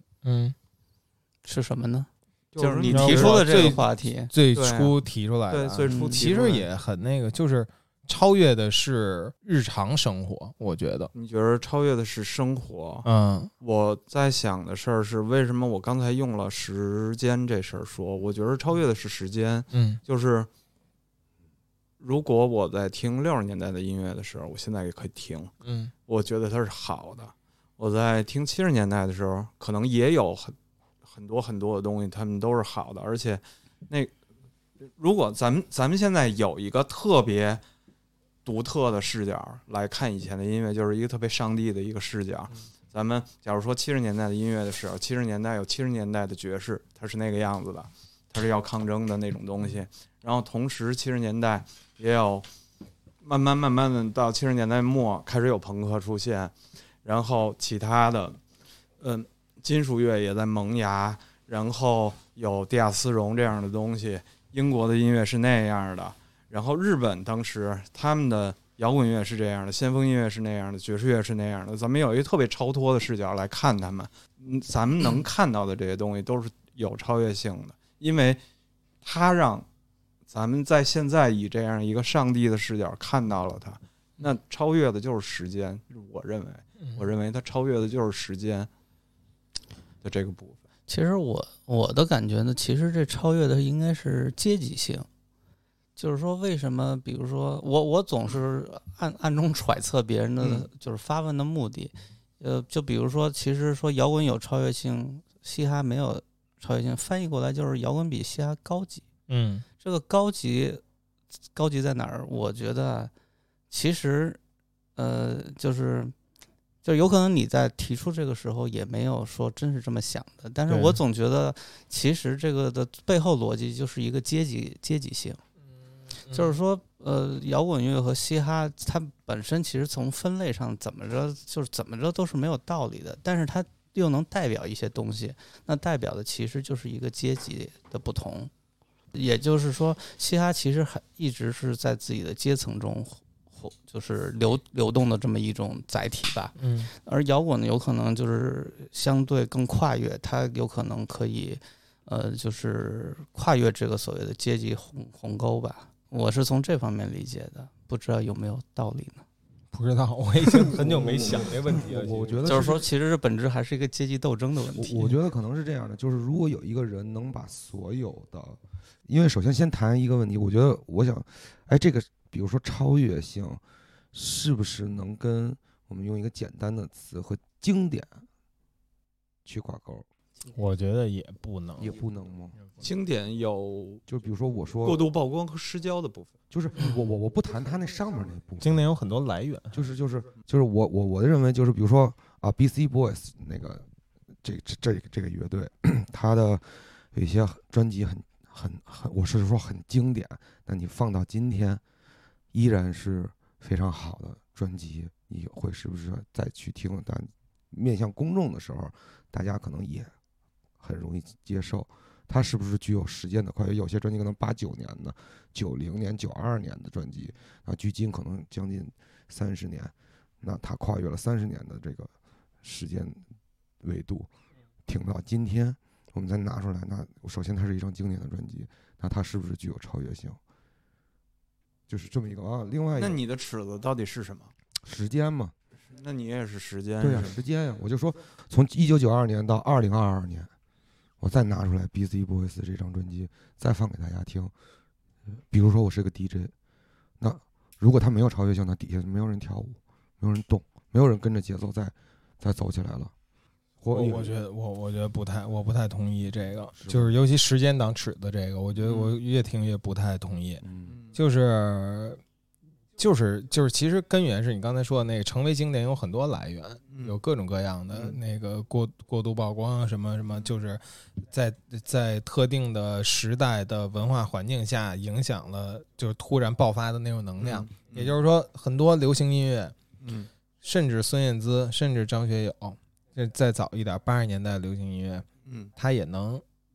是什么呢？就是你提出的这个话题， 最初提出来的， 对，最初其实也很那个，就是超越的是日常生活。我觉得， 你觉得超越的是生活？我在想的事儿是，为什么我刚才用了时间这事儿说？我觉得超越的是时间。就是如果我在听60年代的音乐的时候，我现在也可以听。我觉得它是好的。我在听70年代的时候，可能也有很多的东西，他们都是好的，而且如果咱们现在有一个特别独特的视角来看以前的音乐，就是一个特别上帝的一个视角。咱们假如说70年代的音乐的时候，70年代有70年代的爵士，它是那个样子的，它是要抗争的那种东西。然后同时70年代也有慢慢的到70年代末开始有朋克出现，然后其他的金属乐也在萌芽，然后有地下丝绒这样的东西。英国的音乐是那样的，然后日本当时他们的摇滚乐是这样的，先锋音乐是那样的，爵士乐是那样的。咱们有一个特别超脱的视角来看他们，咱们能看到的这些东西都是有超越性的，因为它让咱们在现在以这样一个上帝的视角看到了它。那超越的就是时间，我认为它超越的就是时间的这个部分。 其实我的感觉呢，其实这超越的应该是阶级性，就是说为什么，比如说我总是暗中揣测别人的就是发问的目的，就比如说，其实说摇滚有超越性，嘻哈没有超越性，翻译过来就是摇滚比嘻哈高级。这个高级在哪儿？我觉得其实就是有可能你在提出这个时候也没有说真是这么想的，但是我总觉得其实这个的背后逻辑就是一个阶级性，就是说摇滚乐和嘻哈它本身其实从分类上怎么着都是没有道理的，但是它又能代表一些东西，那代表的其实就是一个阶级的不同，也就是说嘻哈其实一直是在自己的阶层中就是流动的这么一种载体吧，而摇滚呢，有可能就是相对更跨越，它有可能可以，就是跨越这个所谓的阶级鸿沟吧。我是从这方面理解的，不知道有没有道理呢？ 不知道，我已经很久没想这问题了。 我觉得就是说，其实这本质还是一个阶级斗争的问题。 我觉得可能是这样的，就是如果有一个人能把所有的，因为首先先谈一个问题，我想，这个。比如说超越性是不是能跟我们用一个简单的词和经典去挂钩？ 我觉得也不能吗？ 经典有， 就比如说我说过度曝光和失焦的部分， 就是我不谈它那上面那部分， 经典有很多来源， 就是我的认为就是比如说啊 BC Boys 那个这个乐队，他的有一些专辑很我是说很经典，那你放到今天依然是非常好的专辑，你会是不是再去听？但面向公众的时候，大家可能也很容易接受。它是不是具有时间的跨越？有些专辑可能89年的、90年、92年的专辑，啊，距今可能将近30年，那它跨越了30年的这个时间维度，听到今天，我们再拿出来，那首先它是一张经典的专辑，那它是不是具有超越性？就是这么一个啊。另外一个， 那你的尺子到底是什么？ 时间嘛。 那你也是时间。 对呀，时间呀。我就说，从1992年到2022年，我再拿出来 BC Boys 这张专辑，再放给大家听。比如说我是个 DJ， 那如果他没有超越性，那底下没有人跳舞，没有人动，没有人跟着节奏再走起来了。 我觉得我不太同意这个，就是尤其时间当尺的这个，我觉得我越听越不太同意。就是其实根源是你刚才说的那个成为经典有很多来源，有各种各样的那个过度曝光什么什么，就是在特定的时代的文化环境下影响了，就是突然爆发的那种能量。也就是说，很多流行音乐，甚至孙燕姿，甚至张学友。再早一点，80年代流行音乐，它也能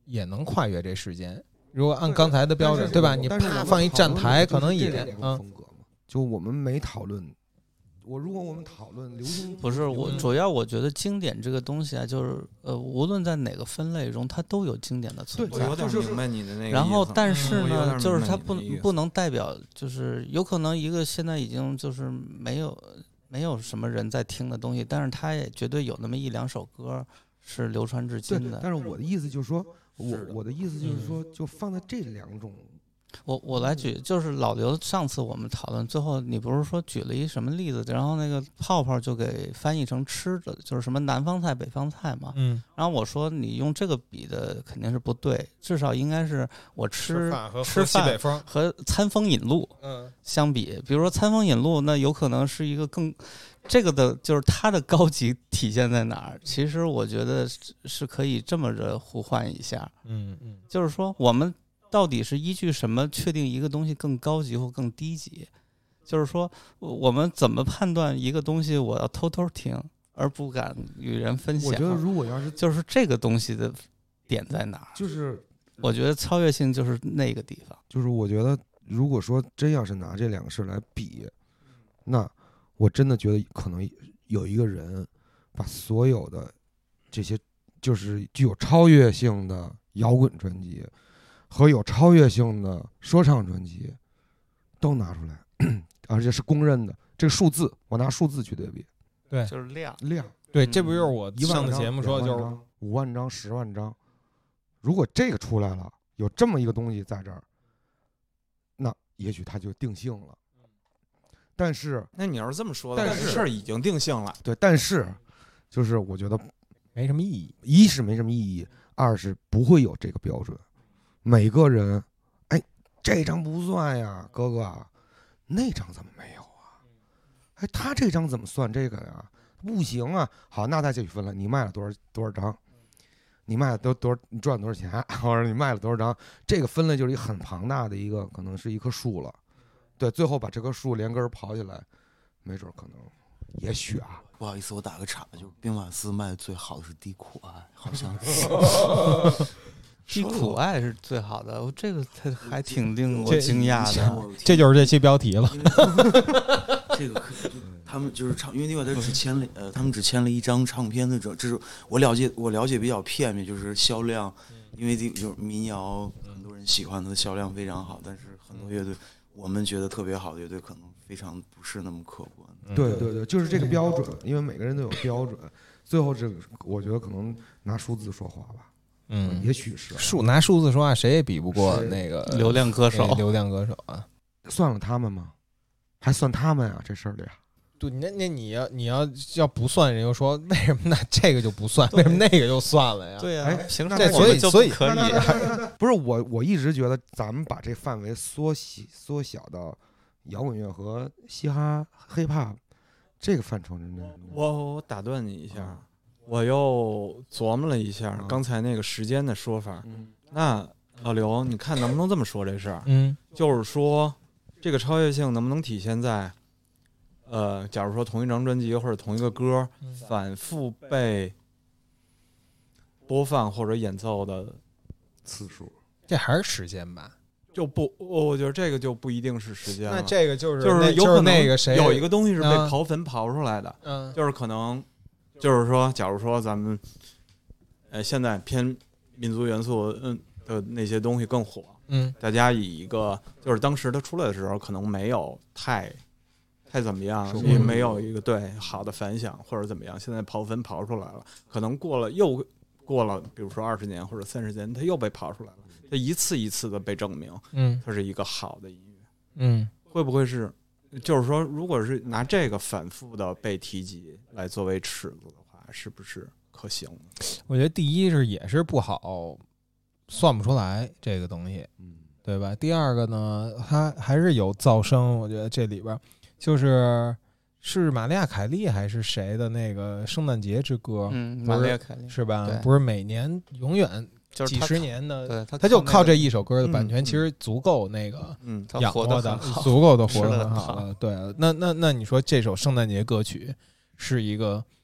也能跨越这时间。如果按刚才的标准，对吧？你啪放一站台，可能也风格嘛。就我们没讨论。如果我们讨论流行， 不是我主要，我觉得经典这个东西啊，就是无论在哪个分类中，它都有经典的存在。 我有点明白你的那个。 然后，但是呢，就是它不能代表，就是有可能一个现在已经就是没有什么人在听的东西，但是它也绝对有那么一两首歌是流传至今的。 但是我的意思就是说，我的意思就是说，就放在这两种。 我来举，就是老刘上次我们讨论，最后你不是说举了一什么例子，然后那个泡泡就给翻译成吃的，就是什么南方菜北方菜嘛。然后我说你用这个比的肯定是不对，至少应该是我吃饭和餐风饮露相比，比如说餐风饮露，那有可能是一个更这个的，就是它的高级体现在哪儿？其实我觉得是可以这么着互换一下。就是说我们到底是依据什么确定一个东西更高级或更低级？就是说，我们怎么判断一个东西我要偷偷听而不敢与人分享？ 我觉得如果要是就是这个东西的点在哪儿？ 就是我觉得超越性就是那个地方。 就是我觉得如果说真要是拿这两个事来比，那我真的觉得可能有一个人把所有的这些就是具有超越性的摇滚专辑和有超越性的说唱专辑都拿出来，而且是公认的。这个数字，我拿数字去对比， 对， 就是量。 对，这不就是我上的节目说，就是 5万张、10万张。如果这个出来了，有这么一个东西在这儿，那也许它就定性了。但是， 那你要是这么说的，但是事儿已经定性了。 对，但是就是我觉得没什么意义。 一是没什么意义，二是不会有这个标准。每个人，哎，这张不算呀，哥哥，那张怎么没有啊？哎，他这张怎么算这个呀？不行啊！好，那再继续分了。你卖了多少张？你卖了多少？你赚了多少钱？或者你卖了多少张？这个分类就是一个很庞大的一个，可能是一棵树了。对，最后把这棵树连根刨起来，没准可能，也许啊。 不好意思，我打个岔，就是兵马司卖的最好的是低苦爱，好像是。 低苦爱是最好的，这个还挺令我惊讶的。 这就是这期标题了。 这个他们就是唱，因为另外他只签了他们只签了一张唱片的，这是我了解比较片面，就是销量，因为就是民谣很多人喜欢它的销量非常好，但是很多乐队我们觉得特别好的乐队可能非常不是那么客观。 对，就是这个标准，因为每个人都有标准，最后这个我觉得可能拿数字说话吧。也许是拿数字说话，谁也比不过那个流量歌手。 流量歌手啊， 算了他们吗？还算他们啊？这事儿里啊？ 对，那你要不算，人又说为什么那这个就不算，为什么那个就算了呀？ 对呀，凭啥？ 所以可以。 不是我一直觉得咱们把这范围缩小到摇滚乐和嘻哈、hiphop这个范畴之内。 我打断你一下。我又琢磨了一下刚才那个时间的说法，那老刘，你看能不能这么说这事儿？就是说这个超越性能不能体现在，假如说同一张专辑或者同一个歌反复被播放或者演奏的次数， 这还是时间吧？ 就不，我觉得这个就不一定是时间了。 那这个就是有可能那个谁有一个东西是被刨坟刨出来的，就是可能。就是说，假如说咱们，现在偏民族元素的那些东西更火，大家以一个就是当时它出来的时候可能没有太怎么样，也没有一个对好的反响或者怎么样，现在刨坟刨出来了，可能又过了，比如说20年或者30年，它又被刨出来了，它一次一次的被证明，它是一个好的音乐，会不会是？就是说，如果是拿这个反复的被提及来作为尺子的话，是不是可行的？ 我觉得第一是也是不好算不出来这个东西，对吧？第二个呢，它还是有噪声，我觉得这里边是玛丽亚凯莉还是谁的那个圣诞节之歌？ 玛丽亚凯莉是吧？不是每年永远。 就是几十年的， 他就靠这一首歌的版权，其实足够那个养活的，足够的活得很好了。对，那你说这首圣诞节歌曲是一个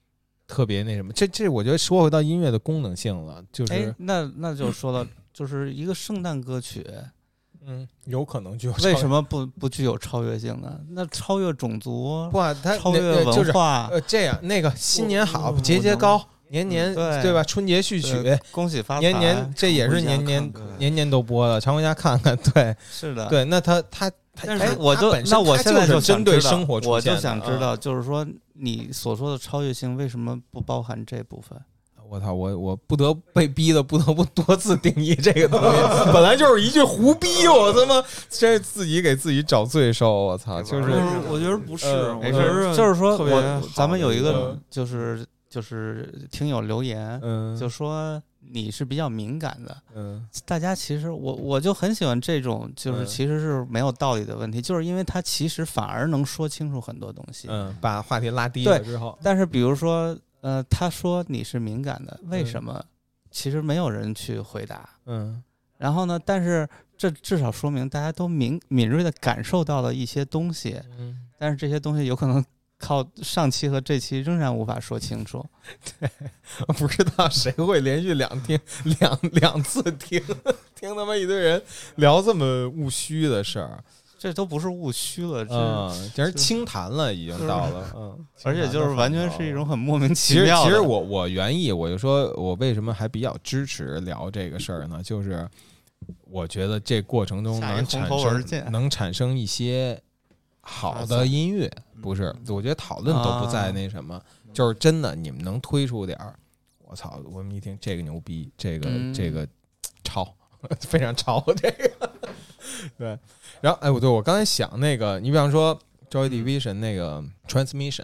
特别那什么。这我觉得说回到音乐的功能性了，就是那就说到就是一个圣诞歌曲。 有可能具有为什么不具有超越性呢？那超越种族， 不，它超越文化， 这样那个新年好，节节高，年年对吧？春节序曲， 恭喜发财， 年年这也是年年都播的，常回家看看。对， 是的， 对。那他， 但是我现在就针对生活出现， 我就想知道，就是说你所说的超越性，为什么不包含这部分？ 我操！我不得被逼的，不得不多次定义这个东西，本来就是一句胡逼，我他妈这自己给自己找罪受，我操！就是我觉得不是， 没事，就是说咱们有一个就是听友留言，就说你是比较敏感的，大家其实我就很喜欢这种，就是其实是没有道理的问题，就是因为他其实反而能说清楚很多东西， 把话题拉低了之后， 但是比如说。他说你是敏感的，为什么？其实没有人去回答。然后呢？但是这至少说明大家都敏锐的感受到了一些东西。但是这些东西有可能靠上期和这期仍然无法说清楚。 对，不知道谁会连续两次听他妈一堆人聊这么务虚的事儿。 这都不是务虚了， 这是清谈了，已经到了， 而且就是完全是一种很莫名其妙的。 其实我原意我就说，我为什么还比较支持聊这个事儿呢？就是我觉得这过程中能产生一些好的音乐，不是？我觉得讨论都不在那什么，就是真的，你们能推出点儿，我操！我们一听这个牛逼，这个超非常超这个。对，然后对我刚才想那个，你比方说 Joy Division 那个 Transmission，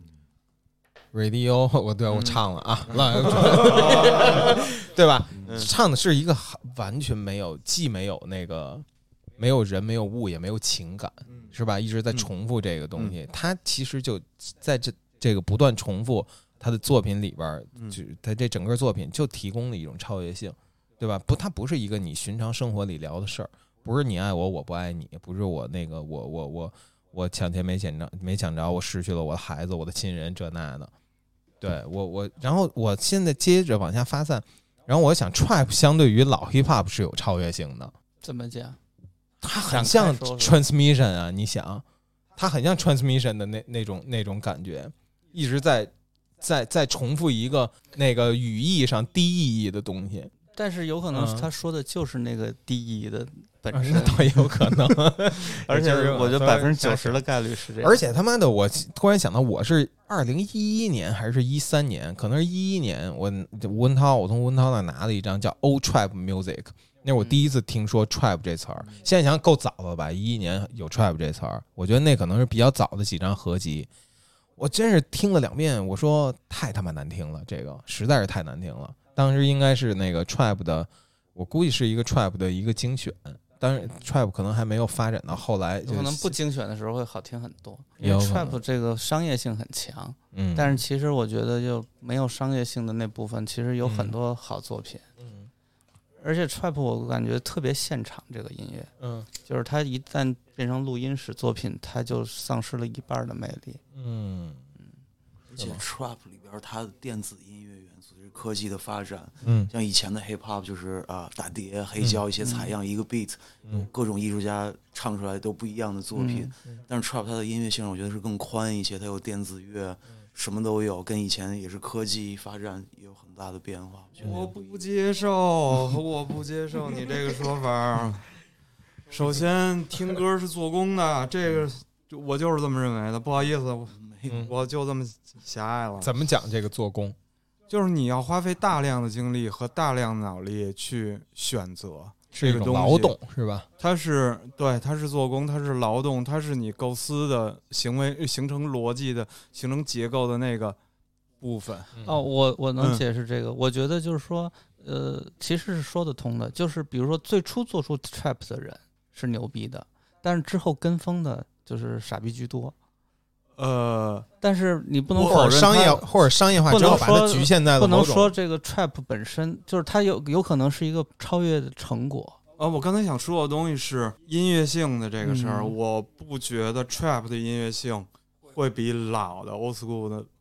Radio， 我唱了啊，对吧？唱的是一个完全没有，既没有那个没有人没有物也没有情感，是吧？一直在重复这个东西，他其实就在这个不断重复他的作品里边，就他这整个作品就提供了一种超越性，对吧？它不是一个你寻常生活里聊的事儿。不是你爱我，我不爱你，不是我那个我抢钱没抢着，我失去了我的孩子，我的亲人，这那的。对我，然后我现在接着往下发散，然后我想 trap 相对于老 hip hop 是有超越性的。 怎么讲？ 它很像 transmission 啊，你想，它很像 transmission 的那种感觉，一直在重复一个那个语义上低意义的东西。 但是有可能他说的就是那个低意义的本身， 那倒有可能。 而且我觉得90%的概率是这样。 而且他妈的，我突然想到，我是2011年还是13年，可能是11年，我从吴文涛那拿了一张叫 Old Trap Music， 那是我第一次听说 Trap 这词儿。现在想想够早了吧？11年有 Trap 这词儿，我觉得那可能是比较早的几张合集。我真是听了2遍，我说太他妈难听了，这个实在是太难听了。当时应该是那个 Trap 的，我估计是一个 Trap 的一个精选，当然 Trap 可能还没有发展到后来， 可能不精选的时候会好听很多。因为 Trap 这个商业性很强，但是其实我觉得就没有商业性的那部分，其实有很多好作品。而且 Trap 我感觉特别现场，这个音乐，就是它一旦变成录音室作品，它就丧失了一半的魅力。 而且 Trap 里边它的电子音乐元素是科技的发展，像以前的 Hip Hop 就是打碟、黑胶一些采样，一个 beat，各种艺术家唱出来都不一样的作品。但是 Trap 它的音乐性我觉得是更宽一些，它有电子乐，什么都有，跟以前也是科技发展也有很大的变化。 我不接受你这个说法。首先，听歌是做工的，这个我就是这么认为的。不好意思，我就这么狭隘了。 怎么讲这个做工？ 就是你要花费大量的精力和大量脑力去选择， 是一种劳动，是吧？ 它是做工，它是劳动，它是你构思的行为形成逻辑的、形成结构的那个部分。 我能解释这个。我觉得就是说，其实是说得通的。就是比如说，最初做出 trap 的人是牛逼的，但是之后跟风的就是傻逼居多。但是你不能否认或者商业化之后把它局限在了不能说这个 trap 本身就是它有可能是一个超越的成果。 我刚才想说的东西是音乐性的这个事儿，我不觉得 trap 的音乐性会比老的 old school 的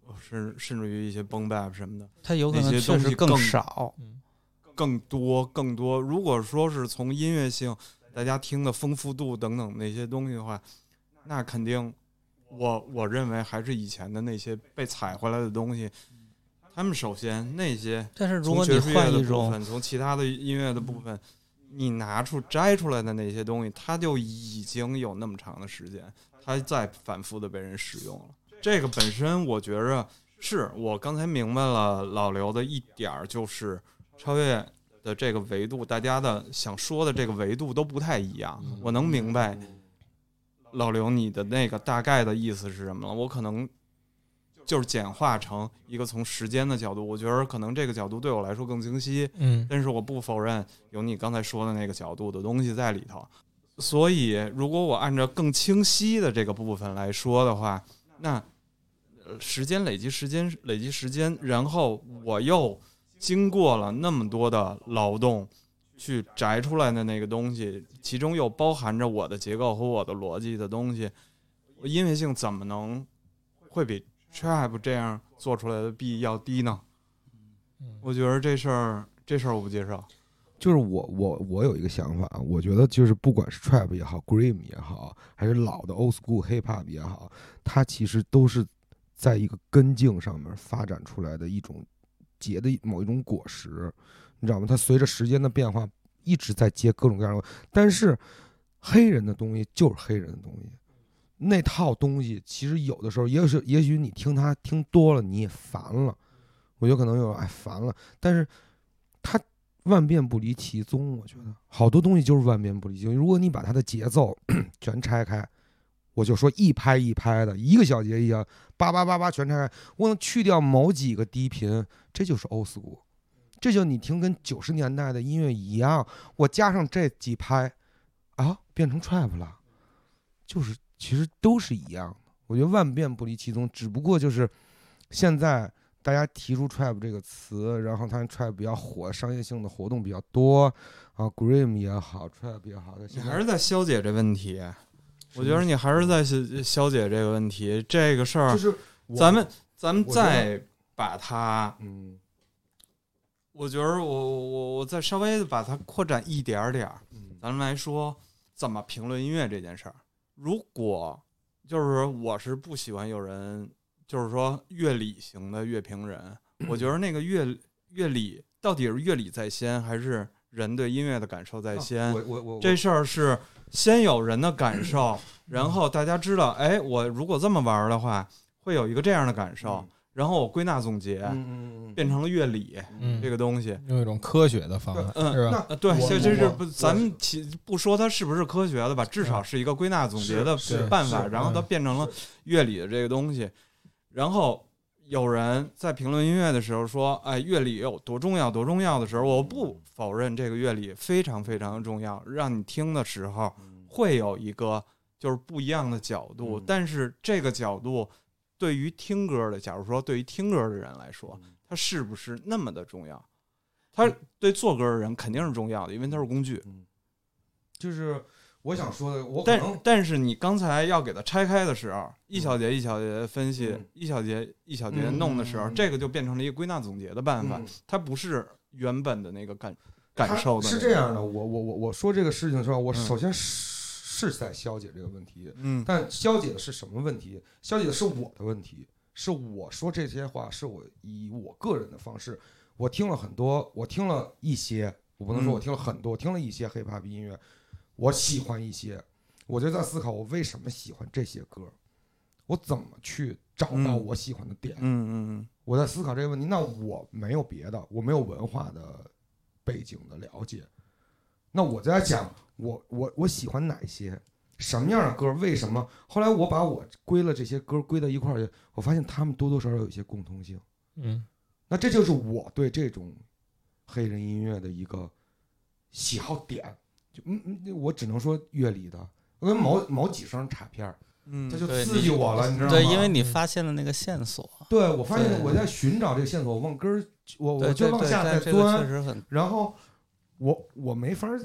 甚至于一些boom bap 什么的， 它有可能确实更少， 更多。如果说是从音乐性，大家听的丰富度等等那些东西的话，那肯定我认为还是以前的那些被采回来的东西。他们首先那些， 但是如果你换一种从其他的音乐的部分，你摘出来的那些东西，它就已经有那么长的时间，它在反复的被人使用了。这个本身我觉着是我刚才明白了老刘的一点，就是超越的这个维度，大家的想说的这个维度都不太一样。我能明白老刘你的那个大概的意思是什么了，我可能就是简化成一个从时间的角度，我觉得可能这个角度对我来说更清晰，但是我不否认有你刚才说的那个角度的东西在里头。所以如果我按照更清晰的这个部分来说的话，那时间累积时间，然后我又经过了那么多的劳动去摘出来的那个东西，其中又包含着我的结构和我的逻辑的东西，音乐性怎么能会比 trap 这样做出来的 beat 要低呢？我觉得这事儿我不接受。 就是我有一个想法，我觉得就是不管是 trap 也好 ，Grime 也好，还是老的 old school hip hop 也好，它其实都是在一个根茎上面发展出来的一种结的某一种果实，你知道吗？它随着时间的变化一直在结各种各样的，但是黑人的东西就是黑人的东西，那套东西其实有的时候也许你听它听多了你也烦了，我觉得可能有烦了，但是它万变不离其宗，我觉得好多东西就是万变不离其宗。如果你把它的节奏全拆开，我就说一拍一拍的，一个小节一样，叭叭叭叭全拆开，我能去掉某几个低频，这就是 old school， 这就你听跟90年代的音乐一样，我加上这几拍啊，变成 trap 了，就是其实都是一样的。我觉得万变不离其宗，只不过就是现在大家提出 trap 这个词，然后它 trap 比较火，商业性的活动比较多啊 ，Grime 也好 ，trap 也好， 你还是在消解这问题。我觉得你还是在消解这个问题，这个事儿， 就是咱们再把它，我觉得我再稍微把它扩展一点点，咱们来说怎么评论音乐这件事儿。如果就是我是不喜欢有人就是说乐理型的乐评人，我觉得那个乐理到底是乐理在先，还是人对音乐的感受在先？这事儿是先有人的感受，然后大家知道，哎，我如果这么玩的话，会有一个这样的感受，然后我归纳总结，变成了乐理这个东西， 用一种科学的方法，是吧？ 对，这是咱们不说它是不是科学的吧，至少是一个归纳总结的办法，然后它变成了乐理的这个东西。然后有人在评论音乐的时候说，哎，乐理有多重要的时候，我不否认这个乐理非常非常的重要，让你听的时候会有一个就是不一样的角度，但是这个角度对于听歌的，假如说对于听歌的人来说，它是不是那么的重要？它对做歌的人肯定是重要的，因为它是工具。 就是我想说的， 但是你刚才要给它拆开的时候，一小节一小节分析，一小节一小节弄的时候，这个就变成了一个归纳总结的办法，它不是原本的那个感受的。 是这样的，我说这个事情的时候，我首先是在消解这个问题，但消解的是什么问题？消解的是我的问题，是我说这些话，是我以我个人的方式，我听了很多，我听了一些，我不能说我听了很多，我听了一些 hiphop 音乐。我喜欢一些，我就在思考我为什么喜欢这些歌，我怎么去找到我喜欢的点。我在思考这个问题。那我没有别的，我没有文化的背景的了解，那我在讲我喜欢哪些什么样的歌，为什么？后来我把我归了这些歌归到一块儿去，我发现他们多多少少有一些共通性。那这就是我对这种黑人音乐的一个喜好点。我只能说乐理的，因为某几声卡片，它就刺激我了，你知道吗？ 对，因为你发现了那个线索。 对，我发现我在寻找这个线索，我往根儿，我就往下再钻，然后我没法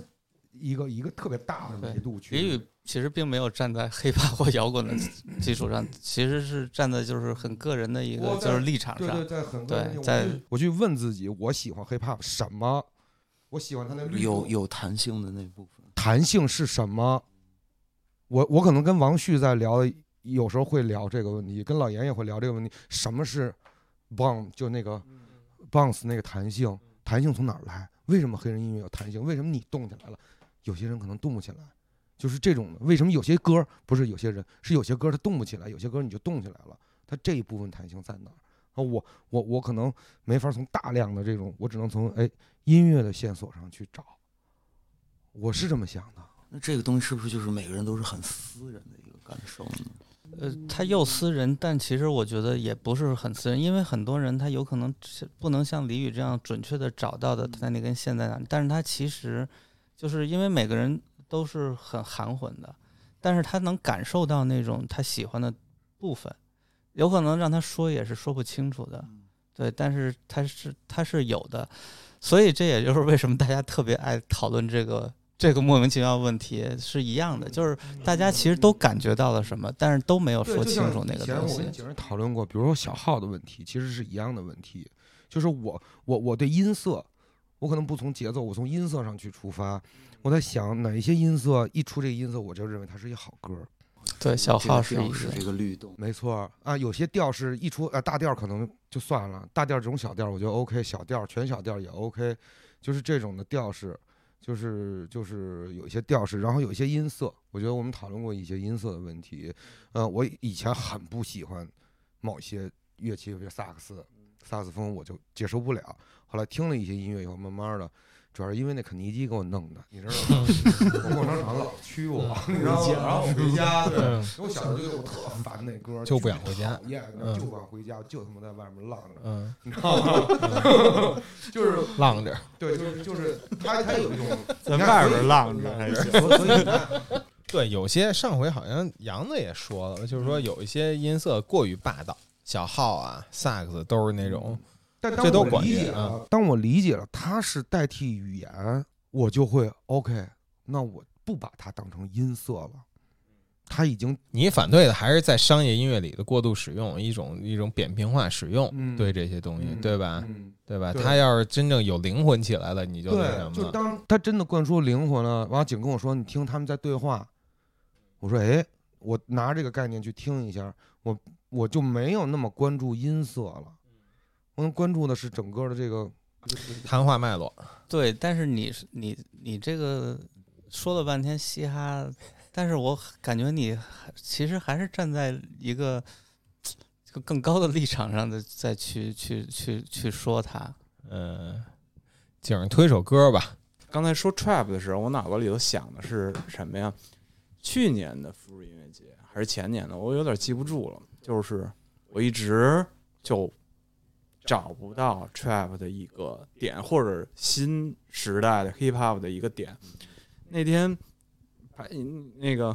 一个特别大的维度去。 李宇其实并没有站在hiphop或摇滚的基础上，其实是站在就是很个人的一个就是立场上。 对，在很个人在我去问自己，我喜欢hiphop什么？我喜欢它那有弹性的那部分。 弹性是什么？我可能跟王旭在聊，有时候会聊这个问题，跟老严也会聊这个问题。什么是 bounce？ 就那个 bounce 那个弹性，弹性从哪儿来？为什么黑人音乐有弹性？为什么你动起来了，有些人可能动不起来？就是这种的。为什么有些歌不是有些人，是有些歌它动不起来，有些歌你就动起来了？它这一部分弹性在哪儿？我可能没法从大量的这种，我只能从音乐的线索上去找。我是这么想的。 那这个东西是不是就是每个人都是很私人的一个感受呢？ 他又私人，但其实我觉得也不是很私人，因为很多人他有可能不能像李宇这样准确的找到的他那根线在哪里，但是他其实就是因为每个人都是很含混的，但是他能感受到那种他喜欢的部分，有可能让他说也是说不清楚的，对，但是他是有的，所以这也就是为什么大家特别爱讨论这个莫名其妙的问题是一样的，就是大家其实都感觉到了什么，但是都没有说清楚那个东西。 以前我跟几个人讨论过，比如说小号的问题，其实是一样的问题，就是我对音色，我可能不从节奏，我从音色上去出发，我在想哪一些音色一出这个音色，我就认为它是一好歌。 对，小号是这个律动， 没错啊，有些调是一出大调可能就算了，大调这种小调我觉得 OK， 小调全小调也 OK， 就是这种的调式。就是有一些调式，然后有一些音色，我觉得我们讨论过一些音色的问题。我以前很不喜欢某些乐器，比如萨克斯风，我就接受不了。后来听了一些音乐以后，慢慢的，主要是因为那肯尼基给我弄的，你知道吗？我逛商场老驱我，你知道吗？然后我回家，对，我小时候就我特烦那歌， 就不想回家， 讨厌，就不想回家，就他妈在外面浪着，你知道吗？就是浪着， 对，就是他有一种在外边浪着，还是所以对，有些上回好像杨子也说了，就是说有一些音色过于霸道，小号啊、萨克斯都是那种。 但当我理解了它是代替语言，我就会 OK， 那我不把它当成音色了。它已经， 你反对的还是在商业音乐里的过度使用，一种扁平化使用，对这些东西，对吧？对吧？它要是真正有灵魂起来了，你就那什么。 就当他真的灌输灵魂了，完景跟我说，你听他们在对话，我说，我拿这个概念去听一下，我就没有那么关注音色了。我们关注的是整个的这个谈话脉络。 对，但是你这个说了半天嘻哈，但是我感觉你其实还是站在一个更高的立场上的再去说它。 景儿推首歌吧。 刚才说 trap 的时候，我脑子里头想的是什么呀？去年的富士音乐节还是前年的，我有点记不住了。就是我一直就找不到 trap 的一个点，或者新时代的 hip hop 的一个点。那天那个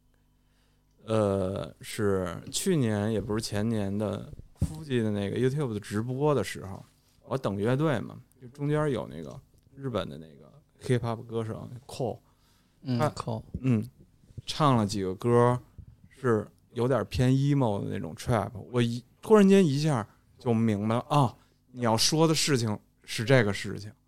是去年也不是前年的附近的那个 YouTube 的直播的时候，我等乐队嘛，就中间有那个日本的那个 hip hop 歌手 Cole， 唱了几个歌是有点偏 emo 的那种 trap， 我突然间一下就明白了啊，你要说的事情是这个事情。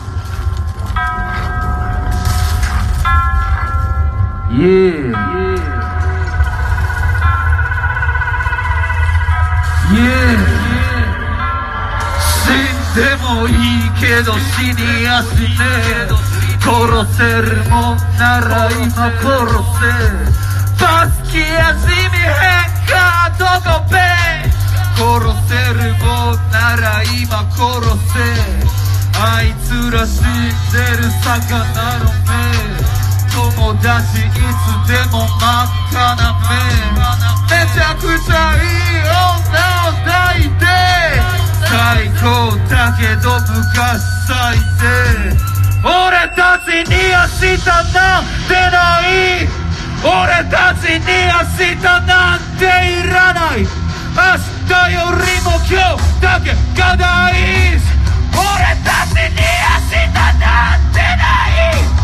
死んでもいいけど死にやすね殺せるもんなら今殺せバスケや地味変化どこべ殺せるもんなら今殺せあいつら死んでる魚の目友達いつでも真っ赤な目めちゃくちゃいい女を抱いて最高だけど昔最低俺たちに明日なんてない俺たちに明日なんていらない明日よりも今日だけが大事俺たちに明日なんてない俺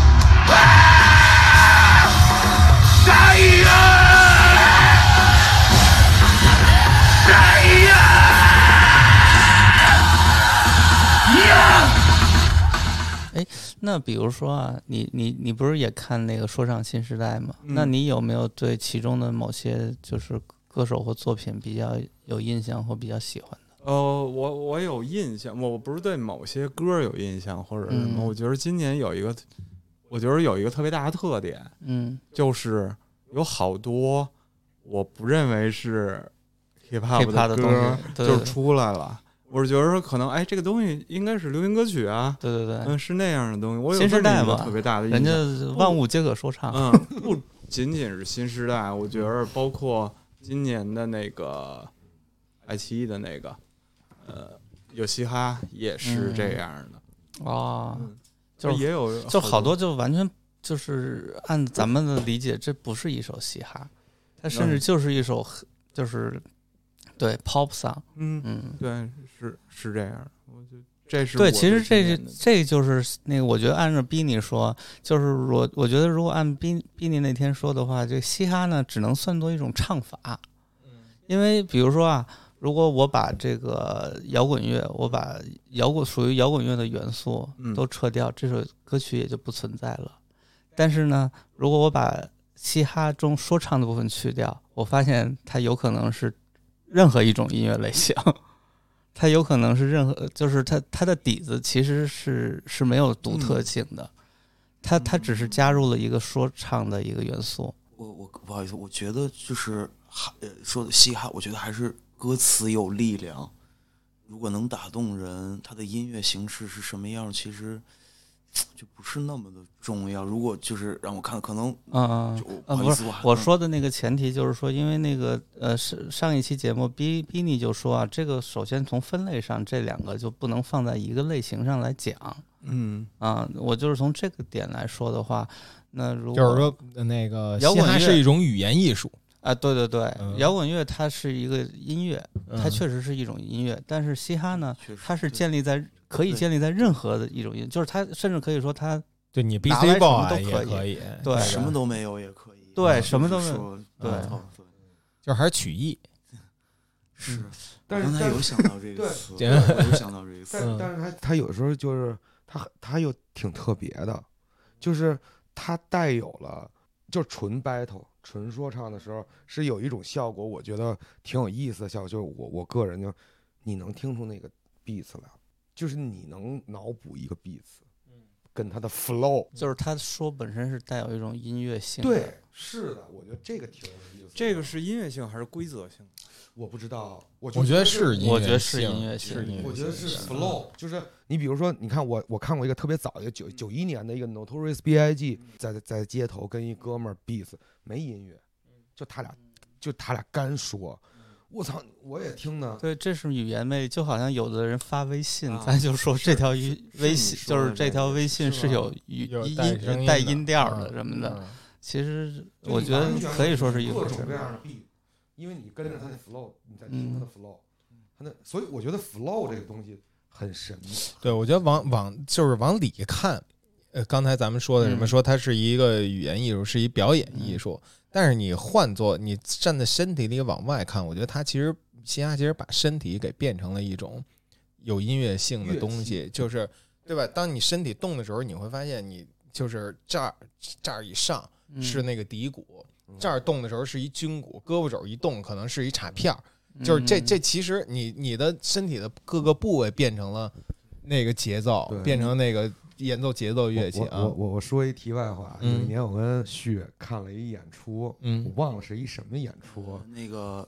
哎，那比如说啊，你不是也看那个说唱新时代吗？那你有没有对其中的某些就是歌手或作品比较有印象或比较喜欢的？ 我有印象，我不是对某些歌有印象或者什么，我觉得今年有一个特别大的特点，就是有好多我不认为是 hip hop 的歌就出来了。我是觉得说可能这个东西应该是流行歌曲啊， 对， 是那样的东西。我有新时代嘛， 特别大的印象， 人家万物皆可说唱。 不仅仅是新时代，我觉得包括今年的那个爱奇艺的那个有嘻哈也是这样的就是也有就好多就完全就是按咱们的理解，这不是一首嘻哈，它甚至就是一首就是对 pop song。 对，是这样的。我觉得这是对，其实这就是那个，我觉得按照 Bini 说，就是我觉得如果按 Bini 那天说的话，这嘻哈呢只能算作一种唱法。因为比如说啊，如果我把这个摇滚乐，我把属于摇滚乐的元素都撤掉，这首歌曲也就不存在了。但是呢，如果我把嘻哈中说唱的部分去掉，我发现它有可能是任何一种音乐类型。它有可能是就是它的底子其实是没有独特性的，它只是加入了一个说唱的一个元素。 我不好意思，我觉得就是说的嘻哈，我觉得还是歌词有力量。如果能打动人，它的音乐形式是什么样，其实就不是那么的重要。如果就是让我看，可能不是我说的那个前提，就是说，因为那个上一期节目 Bini 就说啊，这个首先从分类上，这两个就不能放在一个类型上来讲。我就是从这个点来说的话，那如果就是说那个嘻哈是一种语言艺术啊，对，摇滚乐它是一个音乐，它确实是一种音乐，但是嘻哈呢，它是可以建立在任何的一种音乐，就是它甚至可以说它对你 BC Boy 也可以， 对， 什么都没有也可以， 对，什么都没有，对， 就还是曲艺。 是， 但是刚才有想到这个词，我有想到这个词， 但是他有时候就是他又挺特别的，就是他带有了就纯 battle 纯说唱的时候是有一种效果，我觉得挺有意思的效果，就是我个人就你能听出那个 beats 来，就是你能脑补一个 beats，跟他的 flow， 就是他说本身是带有一种音乐性。 对，是的，我觉得这个挺有意思。 这个是音乐性还是规则性？ 我不知道， 我觉得是音乐性， 我觉得是音乐性， 我觉得是 flow， 就是你比如说，你看我看过一个特别早的91年的一个 Notorious B.I.G. 在街头跟一哥们儿 beats， 没音乐，就他俩干说。我操！我也听呢。 对，这是语言魅力，就好像有的人发微信，咱就说这条微信就是这条微信是有带音调的什么的。其实我觉得可以说是一个各种各样的 beat， 因为你跟着他的 flow， 你在听他的 flow，所以我觉得 flow 这个东西很神。 对，我觉得就是往里看，刚才咱们说的什么，说它是一个语言艺术，是一表演艺术。但是你换作你站在身体里往外看，我觉得它嘻哈其实把身体给变成了一种有音乐性的东西，就是对吧？当你身体动的时候，你会发现你就是这儿以上是那个骶骨，这儿动的时候是一军鼓，胳膊肘一动可能是一镲片，就是这其实你的身体的各个部位变成了那个节奏，变成那个演奏节奏乐器啊！ 我说一题外话，有一年我跟旭看了一演出，我忘了是一什么演出， 那个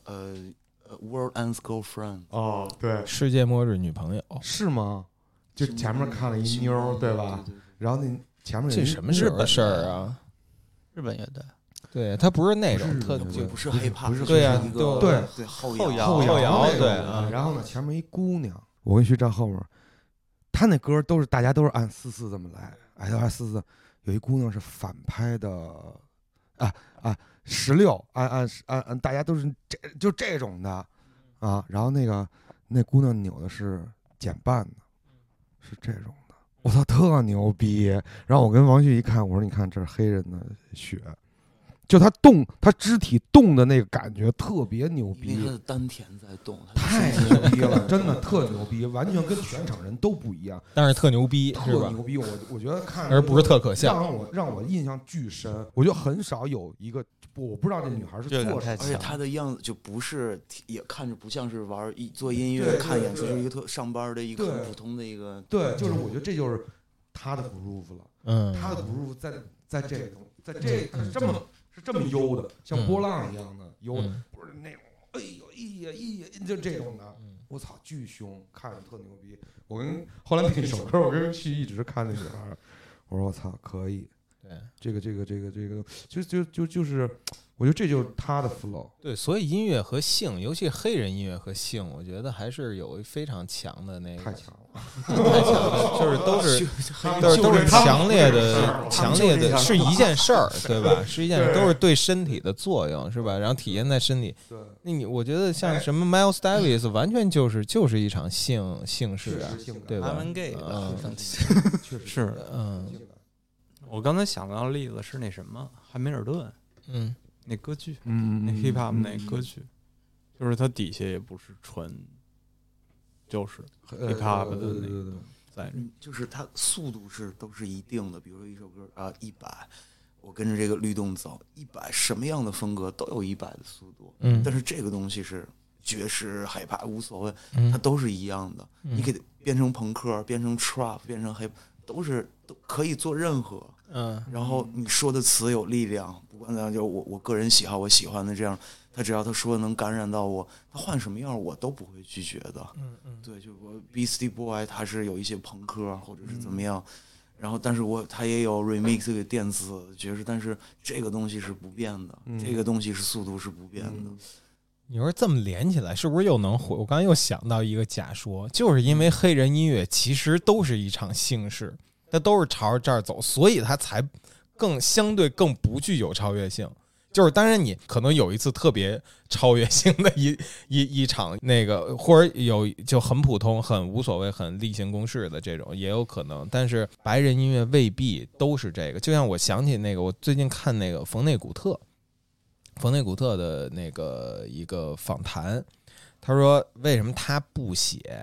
World Ends Girlfriend， 哦，对， 世界末日女朋友是吗？就前面看了一妞，对吧？然后那前面这什么时候的事儿啊？ 日本乐队， 对，它不是那种特就不是黑怕， 不是对呀， 对后摇对， 然后呢，前面一姑娘，我跟旭站后面。他那歌大家都是按4/4这么来，都按4/4。有一姑娘是反拍的，16，按大家都是这种的啊。然后那姑娘扭的是减半的，是这种的。 我操，特牛逼！然后我跟王旭一看，我说你看这是黑人的血。就他动，他肢体动的那个感觉特别牛逼， 因为他的丹田在动， 太牛逼了，真的特牛逼，完全跟全场人都不一样， 但是特牛逼， 特牛逼。我觉得看， 而不是特可笑， 让我印象巨深。我觉得很少有一个，我不知道这女孩是做什么， 而且她的样子就不是，也看着不像是做音乐看演出，就是一个上班的一个很普通的一个。 对，就是我觉得这就是她的 groove 了，她的 groove 在这个东，在这它是这么。是这么悠的，像波浪一样的悠的，不是那种哎呦一呀，就这种的。我操，巨凶，看着特牛逼。我跟后来那首歌，我跟旭一直看那女孩，我说我操，可以。 对， 这个，就是，我觉得这就是他的 flow。 对，所以音乐和性，尤其黑人音乐和性，我觉得还是有非常强的那个。 太强了， 太强了，就是都是强烈的，是一件事儿，对吧？是一件事，都是对身体的作用，是吧？然后体现在身体。 对， 那我觉得像什么 Miles Davis， 完全就是一场性事啊，对吧 ？gay， 确实是，我刚才想到的例子是那什么汉密尔顿，那歌剧，那 hip hop 那歌剧，就是它底下也不是纯，就是 hip hop 的那个，在就是它速度都是一定的，比如说一首歌100，我跟着这个律动走100，什么样的风格都有100的速度，但是这个东西是爵士、hip hop 无所谓，它都是一样的，你给它变成朋克，变成 trap， 变成 hip， 都可以做任何。然后你说的词有力量，不管怎样，就我个人喜好，我喜欢的这样，他只要他说能感染到我，他换什么样我都不会拒绝的。对，就我 Beastie Boy 他是有一些朋克或者是怎么样，然后但是他也有 remix 这个电子爵士，但是这个东西是不变的，这个东西是速度是不变的。 你说这么连起来，是不是又能回？我刚才又想到一个假说，就是因为黑人音乐其实都是一场性事。它都是朝着这儿走，所以它才相对更不具有超越性。就是当然你可能有一次特别超越性的一场那个，或者有就很普通、很无所谓、很例行公事的这种也有可能。但是白人音乐未必都是这个。就像我想起那个，我最近看那个冯内古特的那个一个访谈，他说为什么他不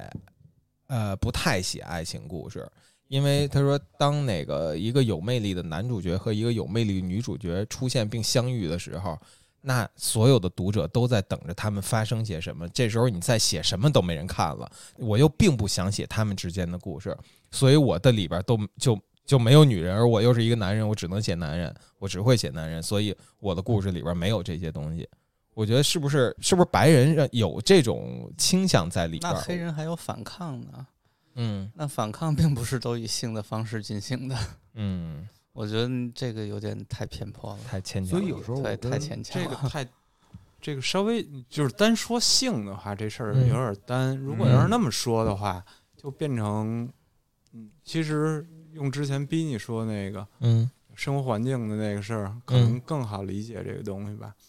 太写爱情故事。因为他说，当那个一个有魅力的男主角和一个有魅力的女主角出现并相遇的时候，那所有的读者都在等着他们发生些什么。这时候你再写什么都没人看了，我又并不想写他们之间的故事，所以我的里边都就没有女人，而我又是一个男人，我只能写男人，我只会写男人，所以我的故事里边没有这些东西。我觉得是不是白人有这种倾向在里边？ 那黑人还有反抗呢？那反抗并不是都以性的方式进行的。我觉得这个有点太偏颇了， 太牵强。 所以有时候对太牵强了。这个稍微就是单说性的话，这事儿有点单。如果要是那么说的话，就变成其实用之前逼你说那个生活环境的那个事儿，可能更好理解这个东西吧。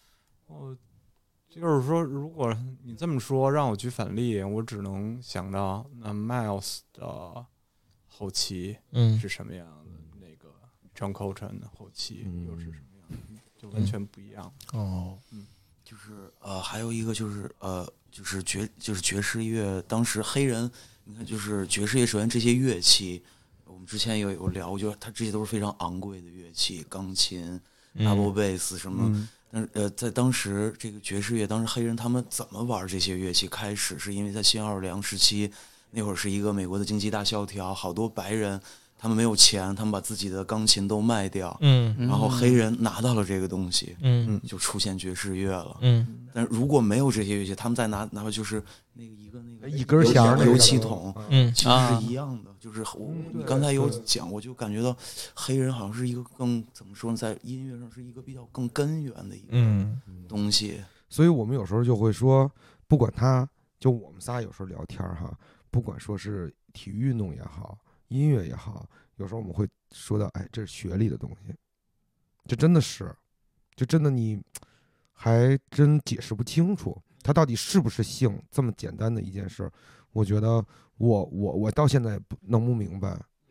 就是说，如果你这么说，让我举反例，我只能想到那 Miles 的后期是什么样的，那个 John Coltrane 的后期又是什么样的，就完全不一样。 就是还有一个就是就是爵士乐，当时黑人，你看就是爵士乐，首先这些乐器，我们之前有聊，我觉得它这些都是非常昂贵的乐器，钢琴、double bass 什么。在当时这个爵士乐，当时黑人他们怎么玩这些乐器？开始是因为在新奥尔良时期，那会儿是一个美国的经济大萧条，好多白人他们没有钱，他们把自己的钢琴都卖掉，然后黑人拿到了这个东西，就出现爵士乐了，但是如果没有这些乐器，他们再哪怕就是那个一根弦油漆桶，其实是一样的。就是你刚才有讲，我就感觉到黑人好像是一个更怎么说呢，在音乐上是一个比较更根源的一个东西。 所以我们有时候就会说，不管就我们仨有时候聊天哈，不管说是体育运动也好，音乐也好，有时候我们会说到，哎，这是学历的东西，这真的是，就真的你还真解释不清楚，它到底是不是性这么简单的一件事。我觉得我到现在弄不明白，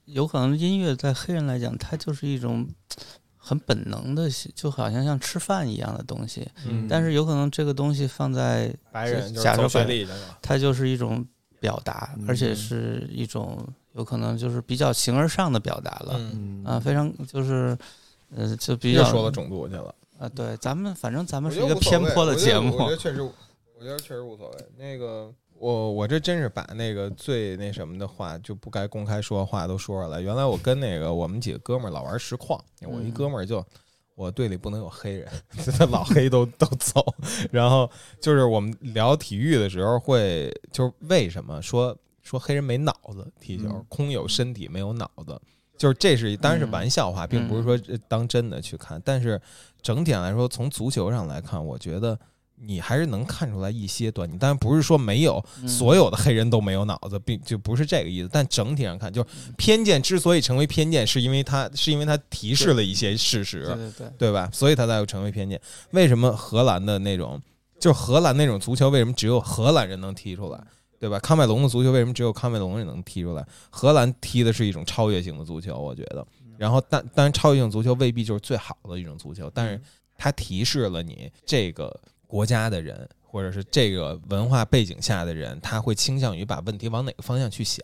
有可能音乐在黑人来讲，它就是一种很本能的，就好像吃饭一样的东西。但是有可能这个东西放在白人， 假设白人， 它就是一种表达，而且是一种有可能就是比较形而上的表达了。非常就是就比较又说到种族去了啊。对，咱们是一个偏颇的节目。 我觉得确实无所谓。那个我这真是把那个最那什么的话就不该公开说的话都说出来。原来我跟那个我们几个哥们儿老玩实况，我一哥们儿我队里不能有黑人，老黑都走。然后就是我们聊体育的时候就是为什么说黑人没脑子踢球，空有身体没有脑子，就是这是当然是玩笑话，并不是说当真的去看。但是整体上来说，从足球上来看，我觉得你还是能看出来一些端倪，当然不是说没有所有的黑人都没有脑子，并就不是这个意思。但整体上看，就是偏见之所以成为偏见，是因为它提示了一些事实，对吧？所以它才会成为偏见。为什么荷兰的那种，就是荷兰那种足球，为什么只有荷兰人能踢出来，对吧？康麦隆的足球为什么只有康麦隆人能踢出来？荷兰踢的是一种超越性的足球，我觉得。然后当然超越性足球未必就是最好的一种足球，但是它提示了你这个国家的人，或者是这个文化背景下的人，他会倾向于把问题往哪个方向去想。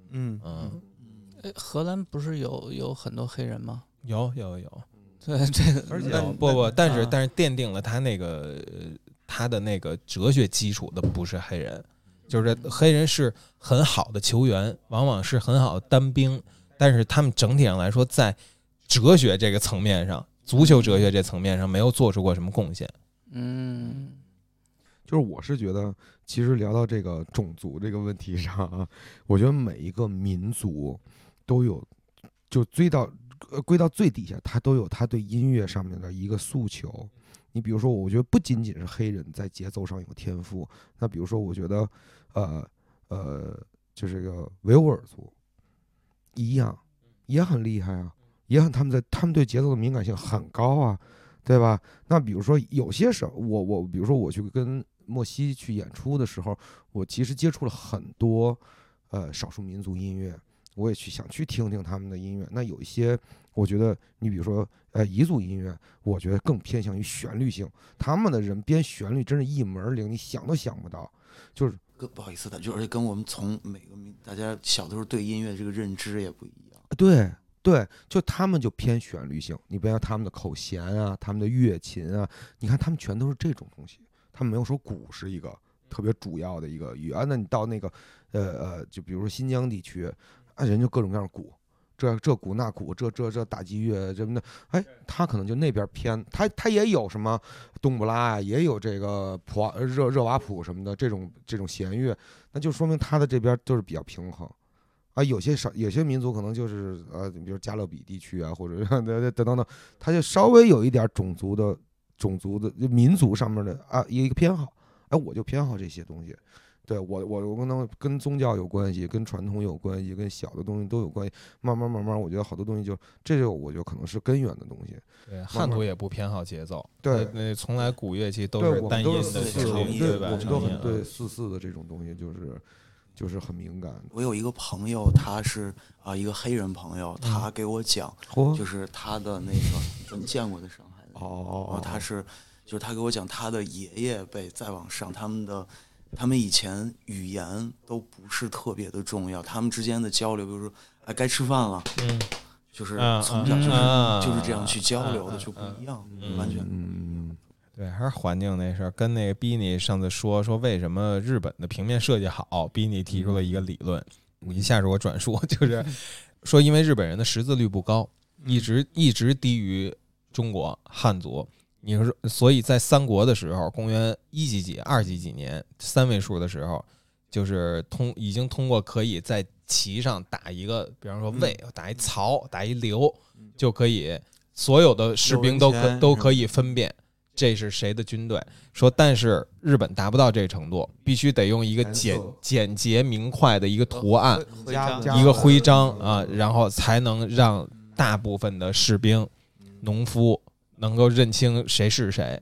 荷兰不是有很多黑人吗？ 有。 对这个， 而且不，但是奠定了他的那个哲学基础的不是黑人，就是黑人是很好的球员，往往是很好的单兵，但是他们整体上来说，在哲学这个层面上，足球哲学这层面上没有做出过什么贡献。 就是我是觉得，其实聊到这个种族这个问题上啊，我觉得每一个民族都有，就归到最底下，他都有他对音乐上面的一个诉求。你比如说，我觉得不仅仅是黑人在节奏上有天赋，那比如说，我觉得，就这个维吾尔族一样，也很厉害啊，他们对节奏的敏感性很高啊，对吧？那比如说有些时候，我比如说我去跟莫西去演出的时候，我其实接触了很多少数民族音乐，我也想去听听他们的音乐。那有一些我觉得，你比如说彝族音乐，我觉得更偏向于旋律性，他们的人编旋律真是一门灵，你想都想不到。就是不好意思的，就而且跟我们从每个大家小的时候对音乐这个认知也不一样。 对，就他们就偏旋律性，你别看他们的口弦啊，他们的乐琴啊，你看他们全都是这种东西，他们没有说鼓是一个特别主要的一个语言。那你到那个就比如说新疆地区啊，人就各种各样的鼓，这鼓那鼓，这打击乐什么的，他可能就那边偏，他也有什么冬不拉呀，也有这个热瓦普什么的这种弦乐，那就说明他的这边就是比较平衡。有些民族可能就是比如加勒比地区啊，或者等等，他就稍微有一点种族的民族上面的一个偏好。我就偏好这些东西。对我可能跟宗教有关系，跟传统有关系，跟小的东西都有关系。慢慢，我觉得好多东西我觉得可能是根源的东西。 对，汉族也不偏好节奏。 对， 那从来古乐器都是单音的旋律，对吧？ 我们都很对4/4的这种东西，就是很敏感。 我有一个朋友，他是一个黑人朋友，他给我讲，就是他的那个你见过的上海的他是就是他给我讲他的爷爷辈再往上，他们以前语言都不是特别的重要，他们之间的交流，比如说该吃饭了，就是从小就是这样去交流的，就不一样，完全。 对，还是环境那事儿，跟那个比尼上次说为什么日本的平面设计好，比尼提出了一个理论，一下是我转述，就是说因为日本人的识字率不高，一直低于中国汉族。你说，所以在三国的时候，公元1几几、2几几年3位数的时候，就是已经通过可以在旗上打一个，比方说魏，打一曹，打一刘，就可以所有的士兵都可以分辨这是谁的军队。说但是日本达不到这程度，必须得用一个简洁明快的一个图案，一个徽章啊，然后才能让大部分的士兵、农夫能够认清谁是谁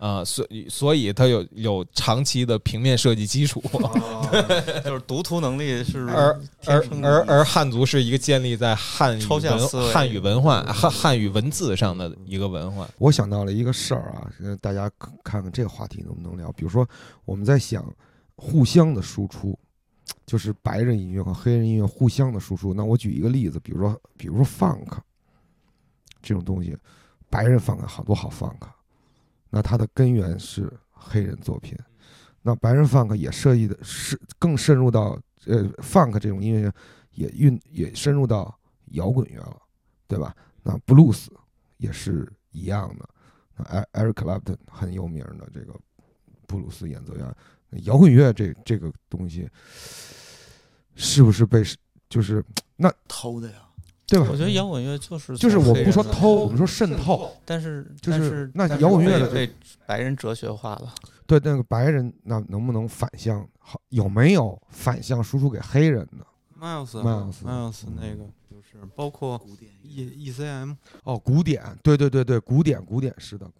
所以它有长期的平面设计基础， 就是读图能力是而汉族是一个建立在汉语文化、汉语文字上的一个文化。 我想到了一个事儿啊，大家看看这个话题能不能聊。比如说我们在想互相的输出，就是白人音乐和黑人音乐互相的输出。那我举一个例子，比如说 funk 这种东西，白人 funk 好多好 funk。那它的根源是黑人作品，那白人 funk 也设计的是更深入到funk 这种音乐也深入到摇滚乐了，对吧？那 blues 也是一样的，那 Eric Clapton 很有名的这个布鲁斯演奏家，摇滚乐这个东西是不是被就是那偷的呀？ 对吧？ 我觉得摇滚乐就是我不说偷，我们说渗透， 但是那摇滚乐的被白人哲学化了。 对，那个白人那能不能反向？有没有反向输出给黑人呢 ？Miles 那个就是包括古典 ECM 古典，对，古典式的，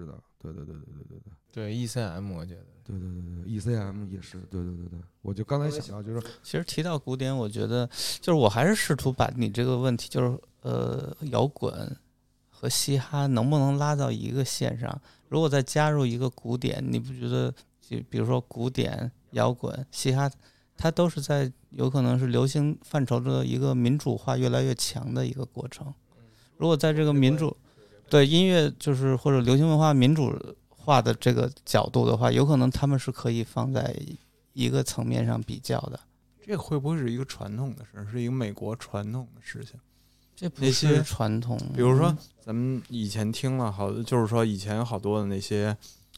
对 ECM 我觉得。 对 ECM 也是，对，我就刚才想到，就是其实提到古典，我觉得就是我还是试图把你这个问题，就是摇滚和嘻哈能不能拉到一个线上？如果再加入一个古典，你不觉得就比如说古典、摇滚、嘻哈，它都是在有可能是流行范畴的一个民主化越来越强的一个过程。如果在这个民主对音乐就是或者流行文化民主化的这个角度的话，有可能他们是可以放在一个层面上比较的。 这会不会是一个传统的事，是一个美国传统的事情？ 这不是传统。 比如说咱们以前听了就是说以前有好多的那些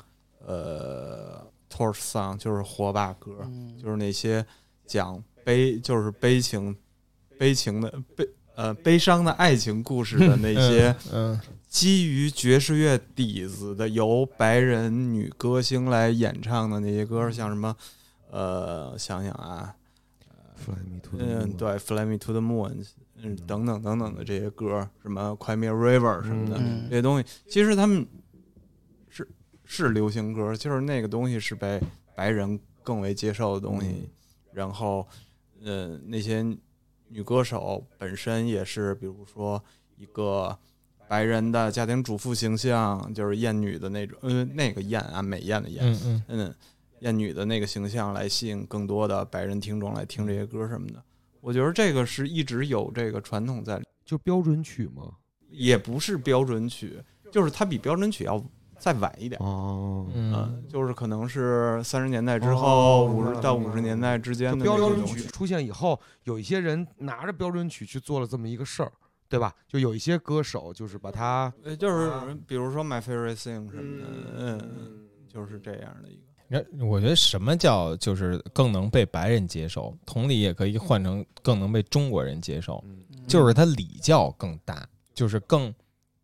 torch song， 就是火把歌，就是那些讲就是悲情的悲伤的爱情故事的那些基于爵士乐底子的由白人女歌星来演唱的那些歌，像什么想想啊 ，Fly Me to the Moon， 对 ，Fly Me to the Moon， 等等的这些歌，什么 Cry Me a River 什么的，这些东西，其实他们是流行歌，就是那个东西是被白人更为接受的东西，然后那些女歌手本身也是，比如说一个白人的家庭主妇形象，就是艳女的那种，那个艳啊，美艳的艳，艳女的那个形象来吸引更多的白人听众来听这些歌什么的。我觉得这个是一直有这个传统在里， 就标准曲吗？ 也不是标准曲，就是它比标准曲要再晚一点就是可能是30年代之后，50到50年代之间的标准曲出现以后，有一些人拿着标准曲去做了这么一个事儿。对吧？就有一些歌手就是把它， 就是比如说 My Favorite Thing 什么的，就是这样的一个。我觉得什么叫就是更能被白人接受，同理也可以换成更能被中国人接受，就是它礼教更大，就是更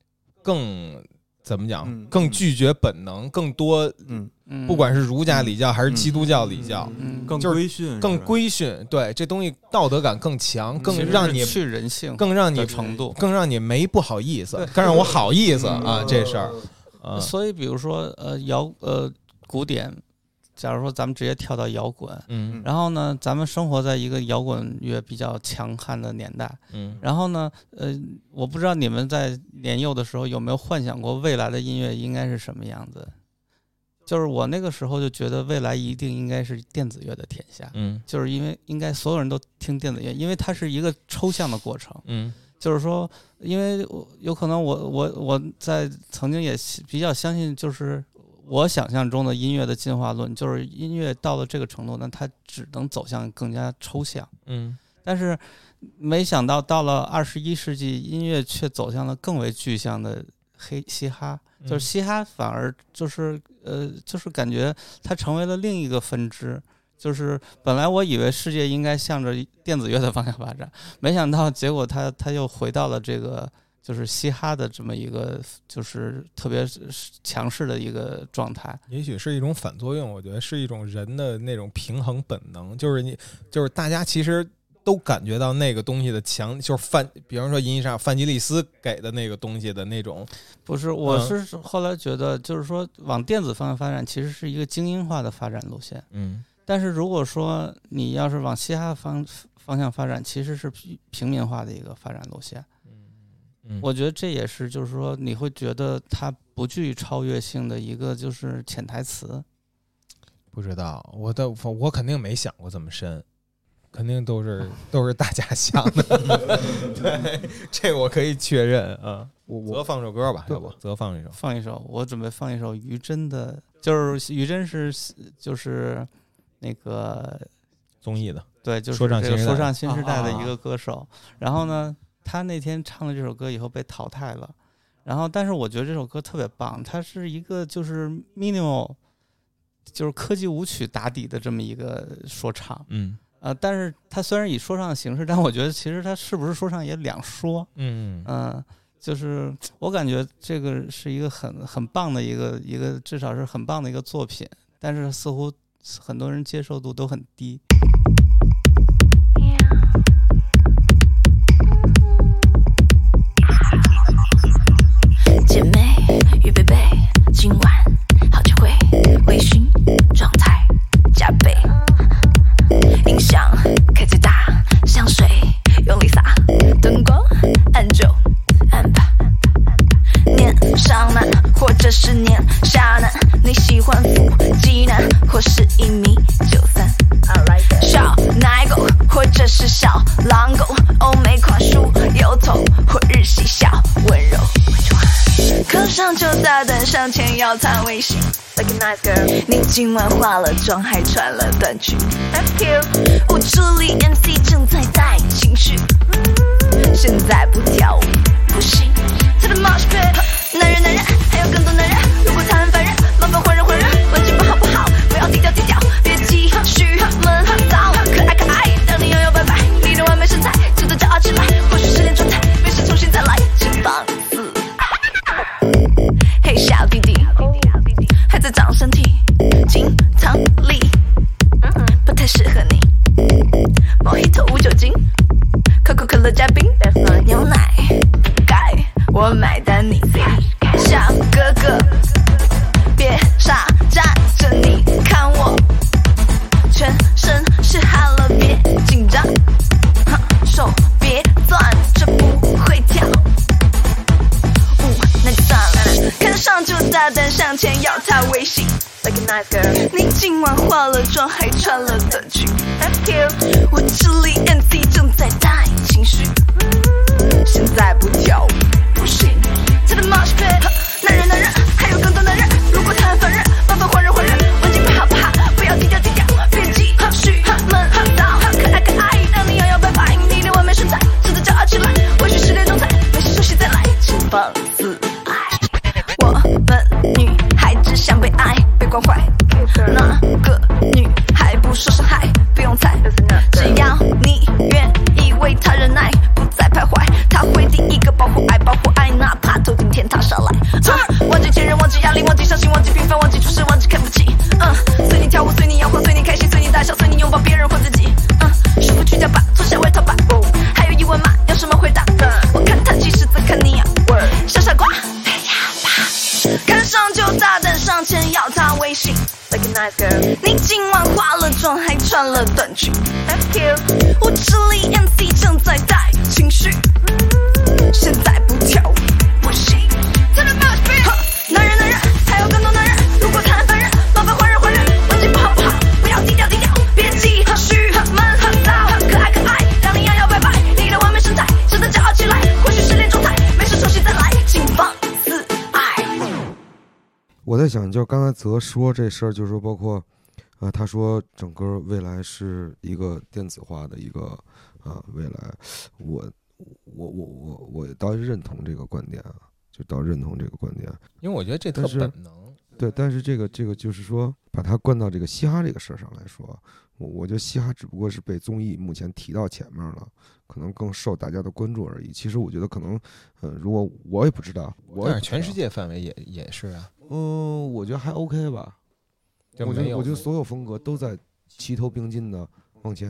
怎么讲，更拒绝本能，更多，不管是儒家礼教还是基督教礼教， 更规训， 更规训，对，这东西道德感更强，更让你去人性， 更让你程度， 更让你没不好意思，更让我好意思啊，这事儿。 所以比如说古典。假如说咱们直接跳到摇滚，然后呢，咱们生活在一个摇滚乐比较强悍的年代，然后呢，我不知道你们在年幼的时候有没有幻想过未来的音乐应该是什么样子？就是我那个时候就觉得未来一定应该是电子乐的天下，就是因为应该所有人都听电子乐，因为它是一个抽象的过程，就是说，因为有可能我在曾经也比较相信，就是我想象中的音乐的进化论，就是音乐到了这个程度呢，它只能走向更加抽象。但是没想到到了21世纪，音乐却走向了更为具象的嘻哈，就是嘻哈反而就是感觉它成为了另一个分支。就是本来我以为世界应该向着电子乐的方向发展，没想到结果它又回到了这个。就是嘻哈的这么一个，就是特别强势的一个状态， 也许是一种反作用。我觉得是一种人的那种平衡本能，就是大家其实都感觉到那个东西的强，就是比方说《银翼杀手》范吉利斯给的那个东西的那种。 不是，我是后来觉得，就是说往电子方向发展，其实是一个精英化的发展路线。但是如果说你要是往嘻哈方向发展，其实是平民化的一个发展路线。我觉得这也是，就是说你会觉得它不具超越性的一个就是潜台词。 不知道，我肯定没想过这么深，肯定都是大家想的。对，这我可以确认啊。我放首歌吧，要不则放一首， 我准备放一首于真的，就是于真是就是那个综艺的， 对，就是说唱新时代的一个歌手。然后呢，他那天唱了这首歌以后被淘汰了。然后，但是我觉得这首歌特别棒，它是一个就是 minimal， 就是科技舞曲打底的这么一个说唱。但是它虽然以说唱的形式，但我觉得其实它是不是说唱也两说。就是我感觉这个是一个很棒的一个至少是很棒的一个作品，但是似乎很多人接受度都很低。 姐妹预备备，今晚好机会，微醺状态加倍，音响开最大，香水用力洒，灯光按就按吧。年上男或者是年下男，你喜欢腹肌男或是1.93米，小奶狗或者是小狼狗，欧美款束油头或日系小温柔。课上就大胆上前要谈微信 Like a nice girl， 你今晚化了妆还穿了短裙 F Q， 舞池里 MC 正在带情绪，现在不跳舞不行。这个 mosh pit， 男人还有更多男人，如果他很烦人，麻烦换人，问情况好不好？不要低调，别急嘘闷骚，可爱，让你摇摇摆摆，你的完美身材值得骄傲起来，或许失恋状态，没事重新再来，请放肆。嘿，小弟弟，还在长身体，金汤力不太适合你。Mojito 无酒精，可口可乐加冰，牛奶盖我买单你 C， 小哥哥别傻站着你看我，全身是汗了别紧张，手别攥着不会跳。那就算了，看上就大胆上前要他微信 Like a nice girl， 你今晚化了妆还穿了短裙 FQ， 我这里 MC 正在带情绪，现在不跳舞不行。这个 mosh pit， 男人还有更多男人，如果他很烦人，麻烦换人，问情况好不好？不要低调，别急嘘闷骚，可爱，让你摇摇摆摆，你的完美身材值得骄傲起来，或许失恋状态，没事休息再来，请放肆。我们女孩只想被爱被关怀，哪个女孩不受伤害？不用猜，只要你愿意为他忍耐，不再徘徊，他会第一个保护爱，哪怕头顶天塌下来。忘记前任，忘记压力，忘记伤心，忘记平凡，忘记出事，忘记看不起。随你跳舞，随你摇晃，随你开心，随你大笑，随你拥抱别人或自己。舒服去掉吧，脱下外套吧。还有疑问吗？有什么回答？我看他其实在看你啊，小傻瓜。看上就大胆上前要他微信 Like a nice girl， 你今晚化了妆还穿了短裙 FQ， 我这里 MC 正在带情绪，现在不跳舞不行。这个 mosh pit， 男人还有更多男人，如果他很烦人，麻烦换人，问情况好不好？不要低调，别急嘘闷骚，可爱，让你摇摇摆摆，你的完美身材值得骄傲起来，或许失恋状态，没事重新再来，请放肆爱。 我在想，就刚才泽说这事儿，就是说包括，他说整个未来是一个电子化的一个未来，我倒是认同这个观点啊，就倒认同这个观点， 因为我觉得这特本能。 对，但是这个就是说，把它灌到这个嘻哈这个事儿上来说，我觉得嘻哈只不过是被综艺目前提到前面了，可能更受大家的关注而已。其实我觉得可能，如果我也不知道， 但是全世界范围也是啊。 我觉得还 OK 吧。我觉得所有风格都在齐头并进的往前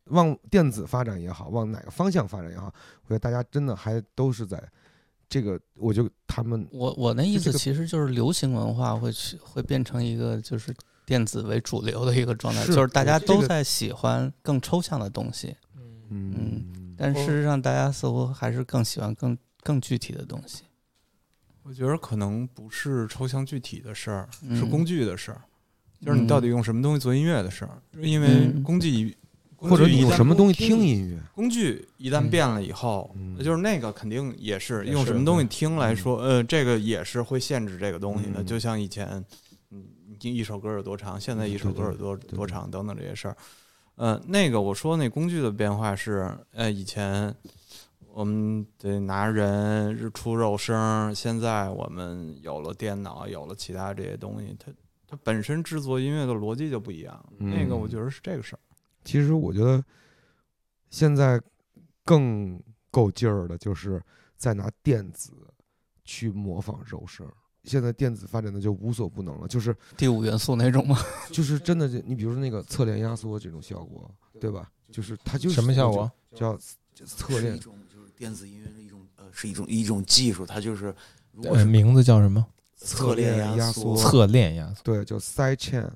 往电子发展也好，往哪个方向发展也好，我觉得大家真的还都是在这个，我就他们我那意思其实就是流行文化会变成一个就是电子为主流的一个状态，就是大家都在喜欢更抽象的东西，但事实上大家似乎还是更喜欢更具体的东西。 我觉得可能不是抽象具体的事儿，是工具的事儿，就是你到底用什么东西做音乐的事儿，因为工具或者你用什么东西听音乐， 工具一旦变了以后，就是那个肯定也是用什么东西听来说，这个也是会限制这个东西的。就像以前，你听一首歌有多长，现在一首歌有多长等等这些事儿。那个我说那工具的变化是，以前我们得拿人出肉声，现在我们有了电脑，有了其他这些东西，它本身制作音乐的逻辑就不一样。那个我觉得是这个事儿。 其实我觉得现在更够劲儿的就是在拿电子去模仿肉声。现在电子发展的就无所不能了，就是第五元素那种吗？ 就是真的，你比如说那个侧链压缩这种效果，对吧？就是它就是什么效果？ 叫侧链， 就是电子音乐的是一种技术，它就是名字叫什么？ 侧链压缩。 侧链压缩， 对，叫 side chain，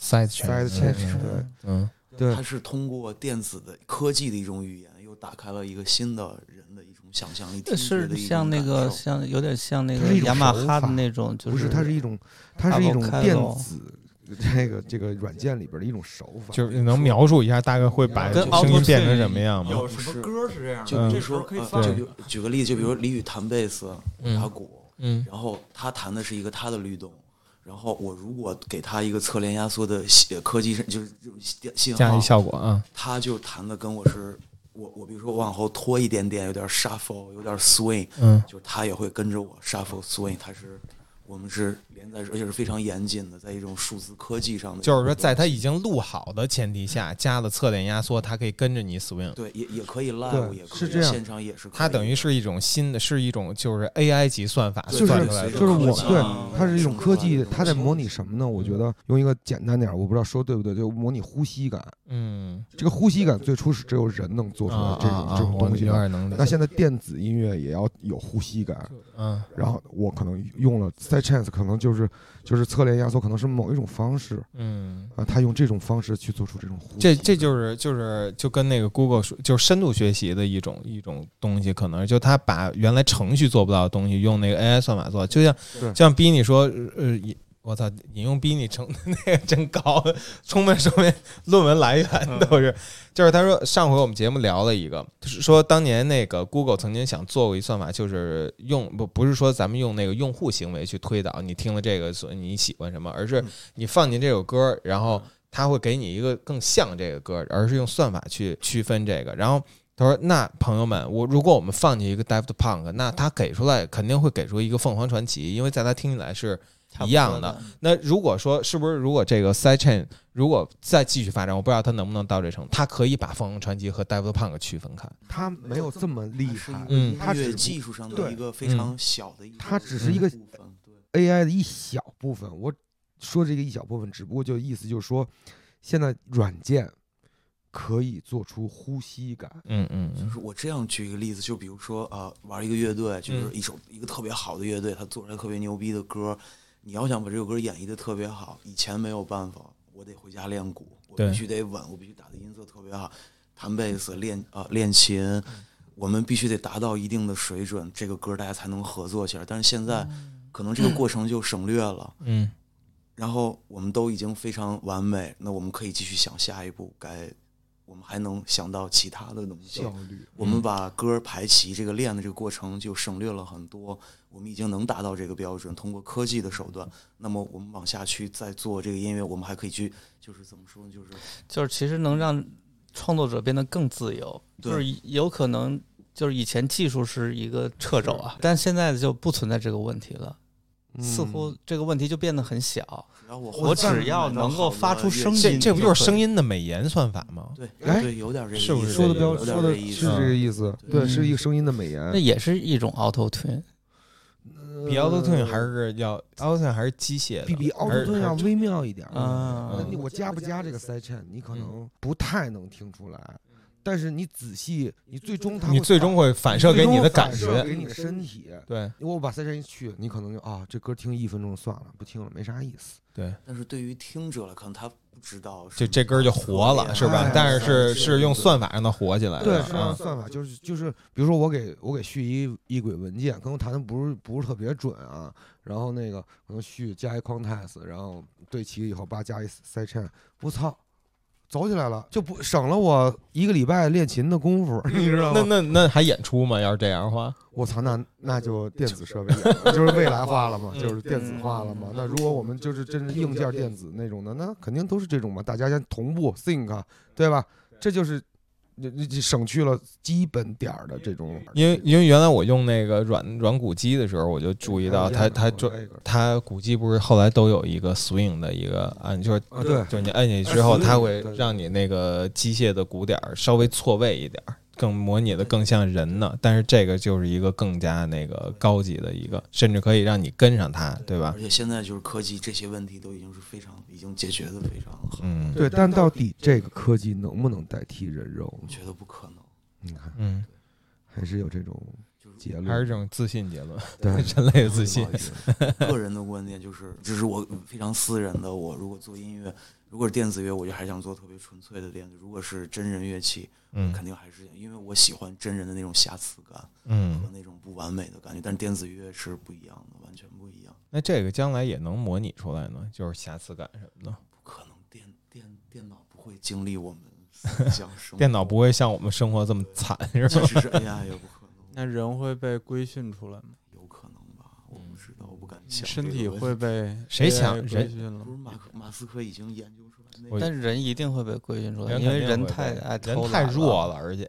对， 对， 它是通过电子的科技的一种语言，又打开了一个新的人的一种想象力。 是像那个有点像那个雅马哈的那种，就是不是，它是一种电子这个软件里边的一种手法。 就是能描述一下大概会把声音变成什么样吗？ 有什么歌是这样的？ 就这时候可以放。举个例子，就比如李宇弹贝斯，打鼓，然后他弹的是一个他的律动。然后我如果给他一个侧链压缩的科技，就是这种信号加一效果啊， 他就弹的跟我是我比如说往后拖一点点，有点 shuffle， 有点 swing，就他也会跟着我 shuffle swing， 我们是连在，而且是非常严谨的，在一种数字科技上的。 就是说，在它已经录好的前提下，加了侧链压缩，它可以跟着你 swing。 对，也可以 live， 也可以现场也是可以。 它等于是一种新的，是一种就是 AI 级算法算出来的。 就是我对它是一种科技，它在模拟什么呢？我觉得用一个简单点，我不知道说对不对，就模拟呼吸感。这个呼吸感最初是只有人能做出来这种东西。那现在电子音乐也要有呼吸感。然后我可能用了 side chance， 可能就是侧链压缩，可能是某一种方式。他用这种方式去做出这种呼吸。 这就跟那个 Google 说，就是深度学习的一种东西，可能就他把原来程序做不到的东西，用那个 AI 算法做，就像逼你说，我操，引用逼你成那个真高，充分说明论文来源都是，就是他说上回我们节目聊了一个，说当年那个 Google 曾经想做过一算法，就是不是说咱们用那个用户行为去推导你听了这个所以你喜欢什么，而是你放进这首歌，然后他会给你一个更像这个歌，而是用算法去区分这个，然后。他说：“那朋友们，如果我们放进一个 Daft Punk， 那他给出来肯定会给出一个凤凰传奇，因为在他听起来是一样的。那如果说是不是，如果这个 Sidechain 如果再继续发展，我不知道他能不能到这程度，他可以把凤凰传奇和 Daft Punk 区分开。 他没有这么厉害， 他是技术上的一个非常小的一个， 他只是一个 AI 的一小部分。我说这个一小部分，只不过就意思就是说，现在软件。”可以做出呼吸感， 就是我这样举一个例子，就比如说玩一个乐队，就是一个特别好的乐队，他做出来特别牛逼的歌，你要想把这首歌演绎的特别好，以前没有办法，我得回家练鼓，我必须得稳，我必须打的音色特别好，弹贝斯练琴，我们必须得达到一定的水准，这个歌大家才能合作起来。但是现在可能这个过程就省略了，然后我们都已经非常完美，那我们可以继续想下一步我们还能想到其他的东西， 效率。 我们把歌排齐这个练的这个过程就省略了很多，我们已经能达到这个标准，通过科技的手段。那么我们往下去再做这个音乐，我们还可以去，就是怎么说呢？ 就是其实能让创作者变得更自由，就是有可能就是以前技术是一个掣肘啊，但现在就不存在这个问题了。似乎这个问题就变得很小，我只要能够发出声音， 这不就是声音的美颜算法吗？ 对，有点这个意思， 是不是说的是这个意思？对，是一个声音的美颜， 那也是一种 auto tune， 比 auto tune 还是要 auto tune 还是机械的， 比 auto tune 要微妙一点。我加不加这个 side chain， 你可能不太能听出来。 但是你仔细，你最终会反射给你的感觉， 给你的身体。 对， 我把3声一去，你可能就这歌听1分钟算了，不听了，没啥意思。 对， 但是对于听者来看，他不知道这歌就活了，是吧？但是用算法让它活起来的。 对，是用算法，就是，比如说我给续一轨文件，可能弹的不是特别准啊，然后那个可能续加一 context， 然后对齐以后加一 sidechain， 我操！走起来了，就不省了我1个礼拜练琴的功夫，你知道吗？ 那还演出吗？要是这样的话， 我操，那就电子设备就是未来化了嘛，就是电子化了嘛。那如果我们就是真正硬件电子那种的，那肯定都是这种嘛，大家先同步 sync， 对吧？这就是你省去了基本点的这种。 因为原来我用那个软鼓机的时候，我就注意到它鼓机不是后来都有一个 swing 的一个按，就是你按进去之后，它会让你那个机械的鼓点稍微错位一点，更模拟的更像人呢。但是这个就是一个更加那个高级的一个，甚至可以让你跟上它，对吧？ 而且现在就是科技这些问题都已经解决的非常好。 对，但到底这个科技能不能代替人肉？ 我觉得不可能。 你看，还是有这种结论， 还是这种自信结论， 对人类的自信。 个人的观点就是，这是我非常私人的。我如果做音乐，如果是电子乐，我就还想做特别纯粹的电子；如果是真人乐器，肯定还是因为我喜欢真人的那种瑕疵感，和那种不完美的感觉。但是电子乐是不一样的，完全不一样。 那这个将来也能模拟出来呢？就是瑕疵感什么的？ 不可能，电脑不会经历我们思想生活， 电脑不会像我们生活这么惨，是吧？ 即使是 AI 也不可能。 那人会被规训出来吗？ 有可能吧，我不知道，我不敢想。 身体会被谁想规训了？ 不是马斯克已经研究出来， 但是人一定会被规训出来，因为人太爱偷懒了， 人太弱了，而且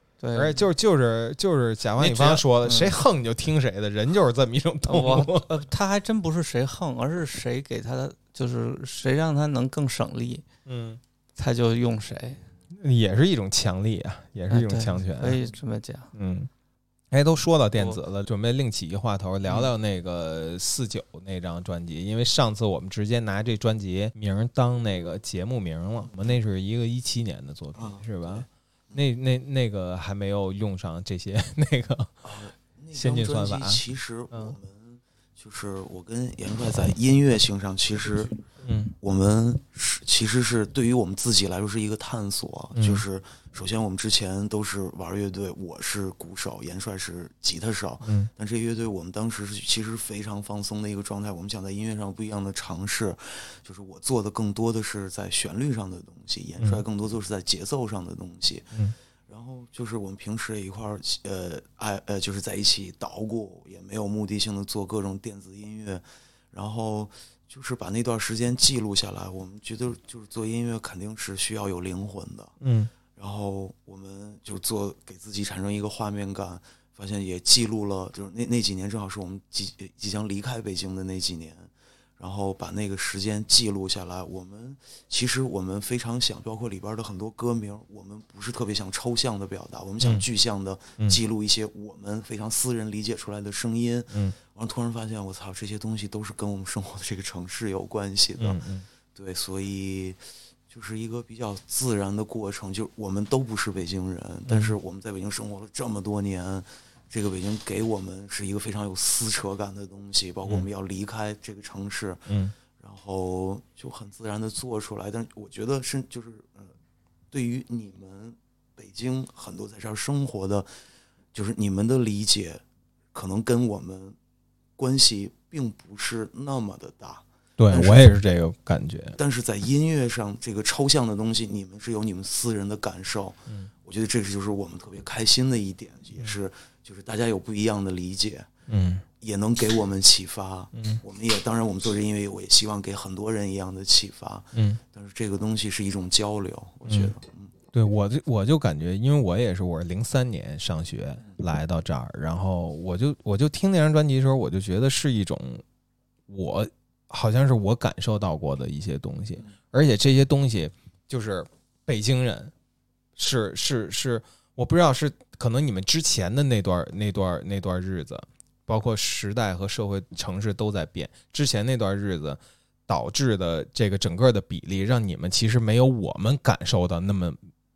就是甲方乙方说的，谁横你就听谁的，人就是这么一种动物。 他还真不是谁横，而是谁给他的，就是谁让他能更省力，他就用谁。 也是一种强力啊，也是一种强权， 可以这么讲。 都说到电子了，准备另起一话头聊聊那个49那张专辑，因为上次我们直接拿这专辑名当那个节目名了，我们那是一个17年的作品，是吧？那个还没有用上这些那个先进算法。 其实我们就是我跟严帅在音乐性上，其实我们其实是对于我们自己来说是一个探索，就是首先我们之前都是玩乐队，我是鼓手，严帅是吉他手，但这乐队我们当时是其实非常放松的一个状态，我们想在音乐上不一样的尝试，就是我做的更多的是在旋律上的东西，严帅更多就是在节奏上的东西，然后就是我们平时也一块儿就是在一起捣鼓，也没有目的性的做各种电子音乐，然后就是把那段时间记录下来。我们觉得就是做音乐肯定是需要有灵魂的，然后我们就给自己产生一个画面感，发现也记录了，就是那几年正好是我们即将离开北京的那几年。然后把那个时间记录下来，其实我们非常想，包括里边的很多歌名，我们不是特别想抽象的表达，我们想具象的记录一些我们非常私人理解出来的声音。然后突然发现，我操，这些东西都是跟我们生活的这个城市有关系的。对，所以就是一个比较自然的过程。就我们都不是北京人，但是我们在北京生活了这么多年。这个北京给我们是一个非常有撕扯感的东西，包括我们要离开这个城市，然后就很自然的做出来。但是我觉得对于你们北京很多在这儿生活的，就是你们的理解，可能跟我们关系并不是那么的大。 对，我也是这个感觉。 但是在音乐上，这个抽象的东西，你们是有你们私人的感受。我觉得这就是我们特别开心的一点，也是就是大家有不一样的理解，也能给我们启发。我们也当然我们做这音乐，我也希望给很多人一样的启发。但是这个东西是一种交流，我觉得。 对，我就感觉，因为我是03年上学来到这儿，然后我就听那张专辑的时候，我就觉得是一种好像是我感受到过的一些东西，而且这些东西就是北京人是，我不知道是可能你们之前的那段日子，包括时代和社会城市都在变，之前那段日子导致的这个整个的比例，让你们其实没有我们感受到那么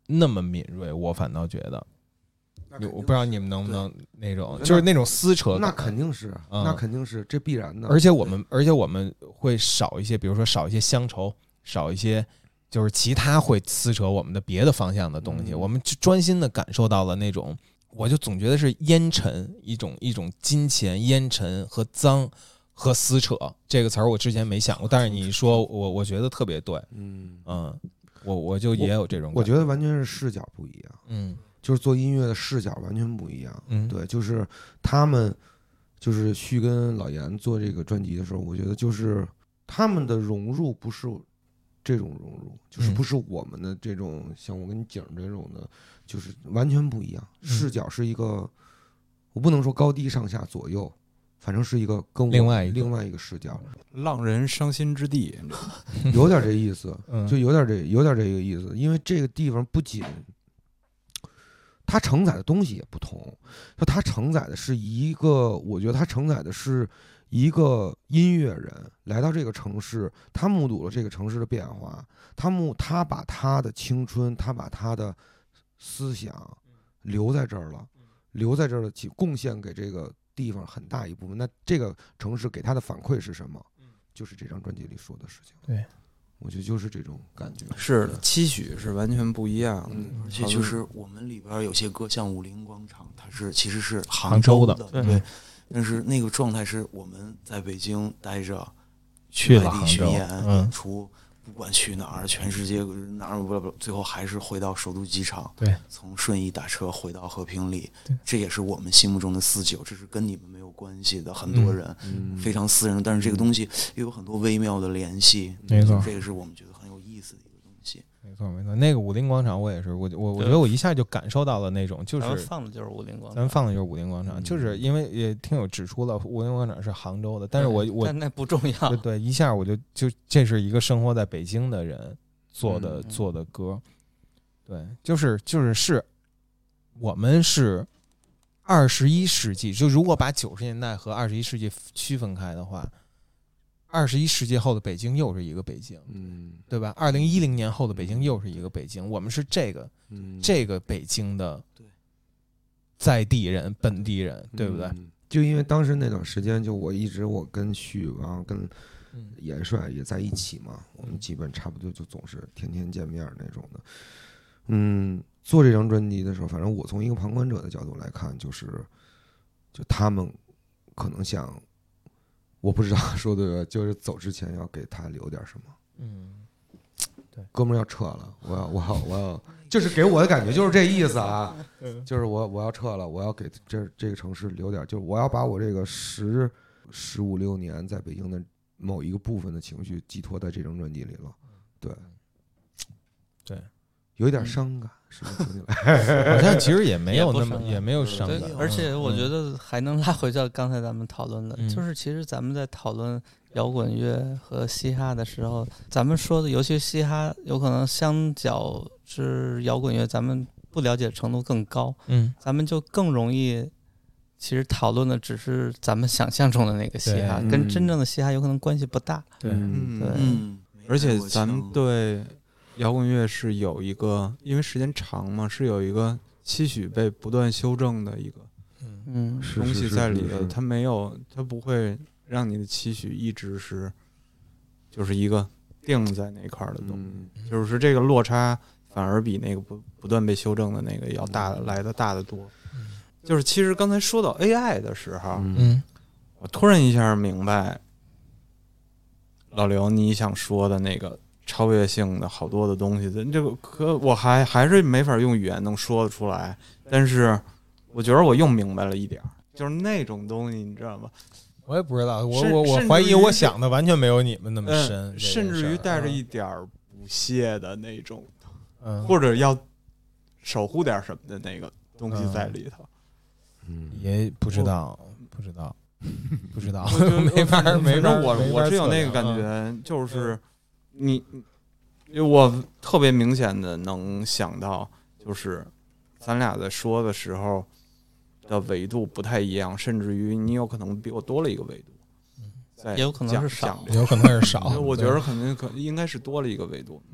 那么敏锐，我反倒觉得。我不知道你们能不能那种，就是那种撕扯感， 那肯定是，那肯定是，这必然的。 而且我们会少一些，比如说少一些乡愁，少一些就是其他会撕扯我们的别的方向的东西。我们专心的感受到了那种，我就总觉得是烟尘，一种金钱烟尘和脏和撕扯这个词儿，我之前没想过，但是你说我觉得特别对，我就也有这种感觉， 我觉得完全是视角不一样，就是做音乐的视角完全不一样。对，就是他们，就是旭跟老严做这个专辑的时候，我觉得就是他们的融入不是这种融入，就是不是我们的这种像我跟景这种的，就是完全不一样。视角是一个，我不能说高低上下左右，反正是一个跟我另外一个视角， 浪人伤心之地， 有点这意思，就有点这个意思，因为这个地方不仅。它承载的东西也不同，就它承载的是一个，我觉得它承载的是一个音乐人来到这个城市，他目睹了这个城市的变化，他把他的青春，他把他的思想留在这儿了，留在这儿了，贡献给这个地方很大一部分。那这个城市给他的反馈是什么？就是这张专辑里说的事情。 对。 我觉得就是这种感觉， 是期许是完全不一样的， 而且就是我们里边有些歌，像武林广场，它其实是杭州的，对，但是那个状态是我们在北京待着，去外地巡演演出，不管去哪儿，全世界哪儿，最后还是回到首都机场， 对， 从顺义打车回到和平里，这也是我们心目中的49，这是跟你们没有关系的，很多人非常私人，但是这个东西又有很多微妙的联系， 没错， 这个是我们觉得很有意思的一个东西。 没错没错，那个武林广场我也是，我觉得我一下就感受到了那种，就是咱们放的就是武林广场， 咱们放的就是武林广场，就是因为也听友指出了武林广场是杭州的，但是但那不重要， 对，一下我就这是一个生活在北京的人做的歌，对，就是我们是21世纪，就如果把90年代和21世纪区分开的话。21世纪后的北京又是一个北京，对吧？2010年后的北京又是一个北京，我们是这个北京的在地人、本地人，对不对？ 就因为当时那段时间，就我跟旭，然后跟严帅也在一起嘛，我们基本差不多就总是天天见面那种的。做这张专辑的时候，反正我从一个旁观者的角度来看，就他们可能想。我不知道说的，就是走之前要给他留点什么。 对， 哥们儿要撤了，我要，就是给我的感觉就是这意思啊，就是我要撤了，我要给这个城市留点，就是我要把我这个15、16年在北京的某一个部分的情绪寄托在这张专辑里了。 对， 有一点伤感。 好像其实也没有那么也没有伤感， 而且我觉得还能拉回到刚才咱们讨论的，就是其实咱们在讨论摇滚乐和嘻哈的时候，咱们说的尤其嘻哈有可能相较是摇滚乐咱们不了解程度更高，咱们就更容易其实讨论的只是咱们想象中的那个嘻哈，跟真正的嘻哈有可能关系不大。 对， 而且咱们对摇滚乐是有一个，因为时间长嘛，是有一个期许被不断修正的一个东西在里头，它不会让你的期许一直是就是一个定在那块的东西，就是这个落差反而比那个不断被修正的那个要来的大得多。就是其实刚才说到 AI 的时候，我突然一下明白老刘你想说的那个。超越性的好多的东西，这个我还是没法用语言能说得出来，但是我觉得我用明白了一点，就是那种东西，你知道吗？ 我也不知道，我怀疑我想的完全没有你们那么深， 甚至于带着一点不屑的那种，或者要守护点什么的那个东西在里头。 也不知道，没法， 我是有那个感觉，就是。我特别明显的能想到，就是咱俩在说的时候的维度不太一样，甚至于你有可能比我多了一个维度， 也有可能是少， 有可能是少。 我觉得应该是多了一个维度。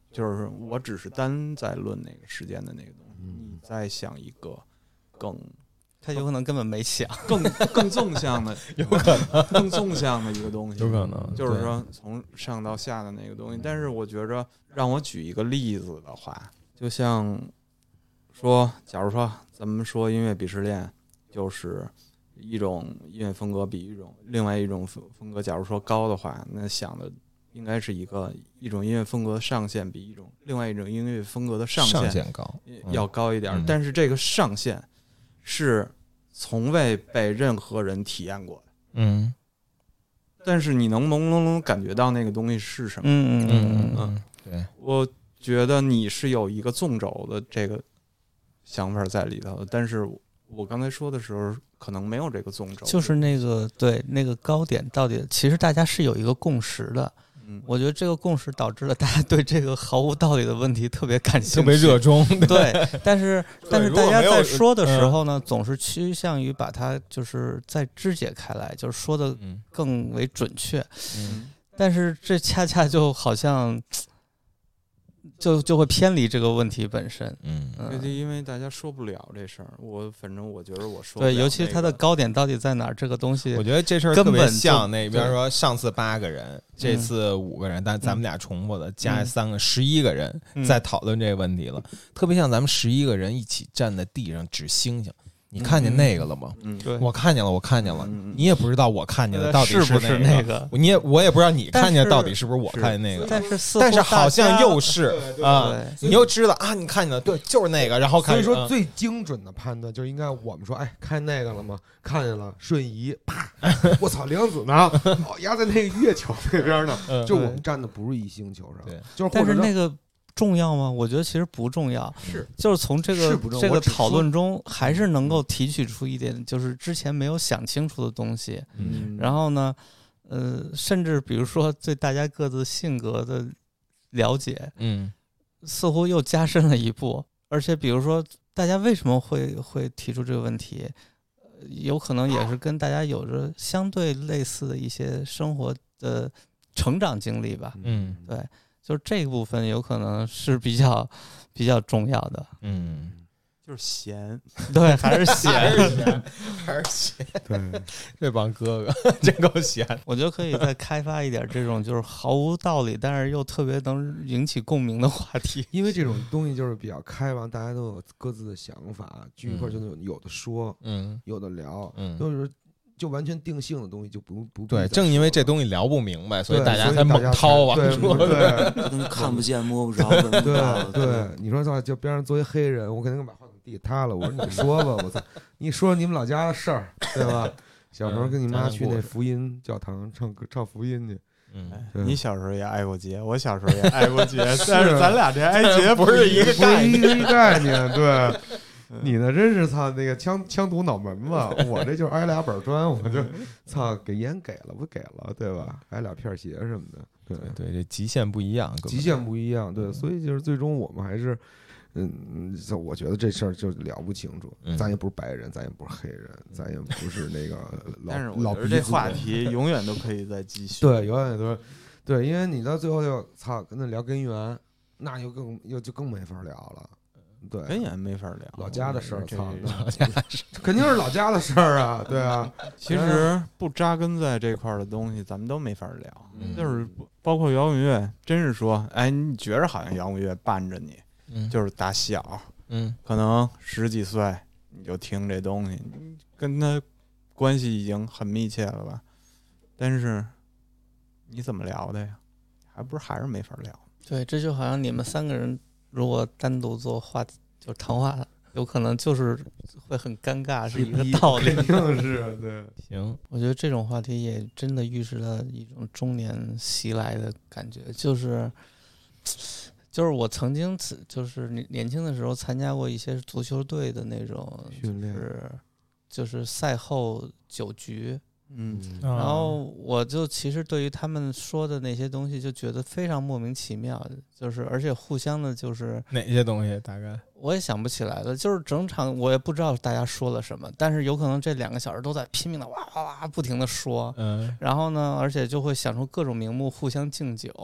就是我只是单在论那个时间的那个东西，你再想一个他有可能根本没想更纵向的， 有可能更纵向的一个东西， 有可能就是说从上到下的那个东西。但是我觉着，让我举一个例子的话，就像说，假如说咱们说音乐鄙视链，就是一种音乐风格比另外一种风格，假如说高的话，那想的应该是一种音乐风格的上限比另外一种音乐风格的上限高要高一点，但是这个上限是从未被任何人体验过的，但是你能朦胧感觉到那个东西是什么？ 对， 我觉得你是有一个纵轴的这个想法在里头的，但是我刚才说的时候可能没有这个纵轴， 就是那个高点到底，其实大家是有一个共识的。我觉得这个共识导致了大家对这个毫无道理的问题特别感兴趣， 特别热衷。 对，但是大家在说的时候呢，总是趋向于把它就是再肢解开来，就是说的更为准确。但是这恰恰就好像就会偏离这个问题本身。 因为大家说不了这事儿，反正我觉得我说不了、 对，尤其它的高点到底在哪儿，这个东西我觉得这事儿特别像那边说上次8个人，这次5个人，但咱们俩重复的加3个11个人在讨论这个问题了，特别像咱们11个人一起站在地上指星星。你看见那个了吗？我看见了，我看见了。你也不知道我看见的到底是不是那个， 我也不知道你看见到底是不是我看见那个。但是好像又是啊，你又知道啊，你看见了，对，就是那个。然后所以说最精准的判断就是应该我们说，哎，看那个了吗？看见了，瞬移，啪！我操，梁子呢？压在那个月球那边呢。就我们站的不是一星球上，就是但是那个。重要吗？我觉得其实不重要，就是从这个讨论中还是能够提取出一点，就是之前没有想清楚的东西。然后呢，甚至比如说对大家各自性格的了解，似乎又加深了一步。而且比如说大家为什么会提出这个问题，有可能也是跟大家有着相对类似的一些生活的成长经历吧。对。就是这部分有可能是比较重要的， 就是闲， 对，还是闲， 还是闲， 对， 这帮哥哥真够闲。 我觉得可以再开发一点这种就是毫无道理，但是又特别能引起共鸣的话题， 因为这种东西就是比较开放，大家都有各自的想法，聚一块就有的说，有的聊，就完全定性的东西就不对，正因为这东西聊不明白，所以大家才猛掏啊， 对， 看不见摸不着，闻不到。 对，你说就边上作为黑人，我肯定把话筒递他了。我说你说吧，我操，你说你们老家的事儿，对吧？小时候跟你妈去那福音教堂唱福音去。 你小时候也挨过劫，我小时候也挨过劫，但是咱俩这挨劫不是一个概念，对。你呢？真是操那个枪堵脑门子，我这就是挨2板砖，我就操给烟给了不给了，对吧？挨2片鞋什么的， 对，这极限不一样， 对，所以就是最终我们还是，我觉得这事儿就聊不清楚，咱也不是白人，咱也不是黑人，咱也不是那个但是我觉得这话题永远都可以再继续， 对，永远都对，因为你到最后就操跟他聊根源，那就更没法聊了。对， 根源没法聊， 老家的事儿，操，肯定是老家的事儿啊，对啊。 其实不扎根在这块的东西，咱们都没法聊。就是包括摇滚乐，真是说，哎，你觉着好像摇滚乐伴着你，就是打小，可能10几岁你就听这东西，你跟他关系已经很密切了吧？但是你怎么聊的呀？还是没法聊。 对，这就好像你们3个人。如果单独做就谈话，有可能就是会很尴尬，是一个道理。 肯定是对。 行， 我觉得这种话题也真的预示了一种中年袭来的感觉，就是我曾经就是年轻的时候参加过一些足球队的那种训练， 就是赛后酒局。然后我就其实对于他们说的那些东西就觉得非常莫名其妙，就是而且互相的就是哪些东西大概我也想不起来了，就是整场我也不知道大家说了什么，但是有可能这2个小时都在拼命的哇哇哇不停的说，然后呢，而且就会想出各种名目互相敬酒，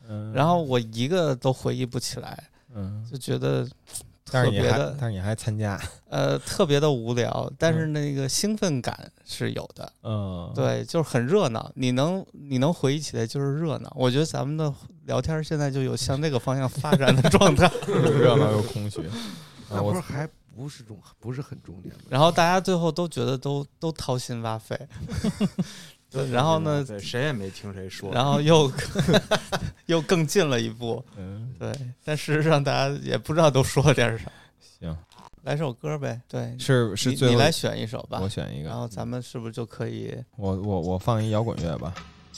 然后我一个都回忆不起来，就觉得特别的， 但是你还参加， 特别的无聊，但是那个兴奋感是有的，对，就是很热闹，你能回忆起来就是热闹。我觉得咱们的聊天现在就有向那个方向发展的状态， 热闹又空虚， 那不是还不是很重点， 然后大家最后都觉得都掏心挖肺。对，然后呢？ 对，谁也没听谁说。 然后又更近了一步，对。但事实上，大家也不知道都说了点啥。 行， 来首歌呗。对， 是你来选一首吧， 我选一个。 然后咱们是不是就可以？ 我放一摇滚乐吧。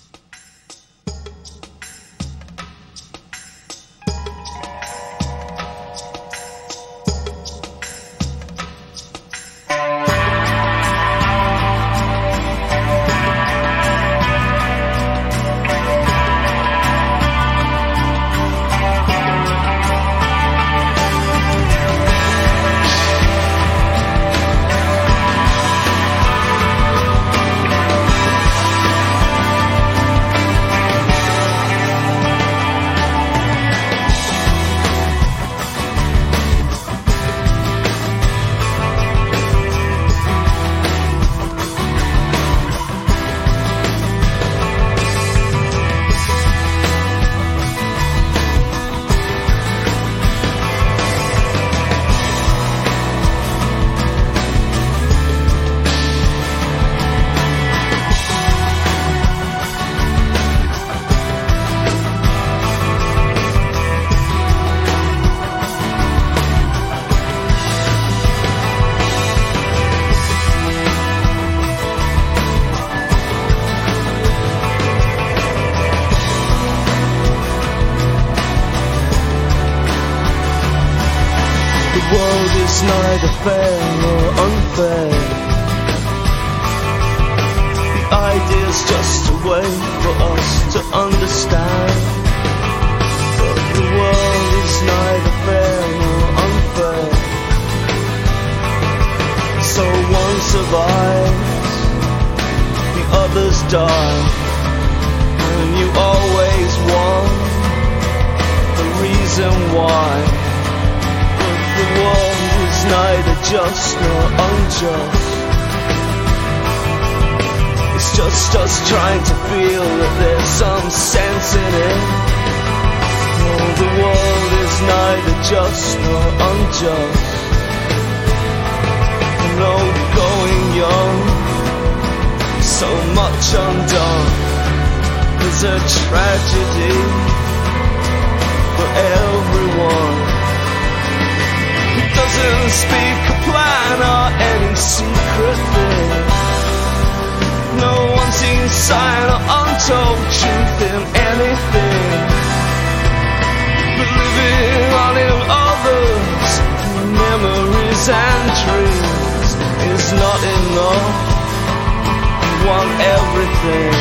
Neither fair nor unfair. The idea's just a way for us to understand. But the world is neither fair nor unfair. So one survives, the others die, and you always want the reason why. But the world is neither just nor unjust. It's just us trying to feel that there's some sense in it. No, the world is neither just nor unjust. No, going young, so much undone. There's a tragedy for everyone. Doesn't speak a plan or any secret thing. No one seems sign or untold truth in anything. But living on in others' memories and dreams is not enough. You want everything.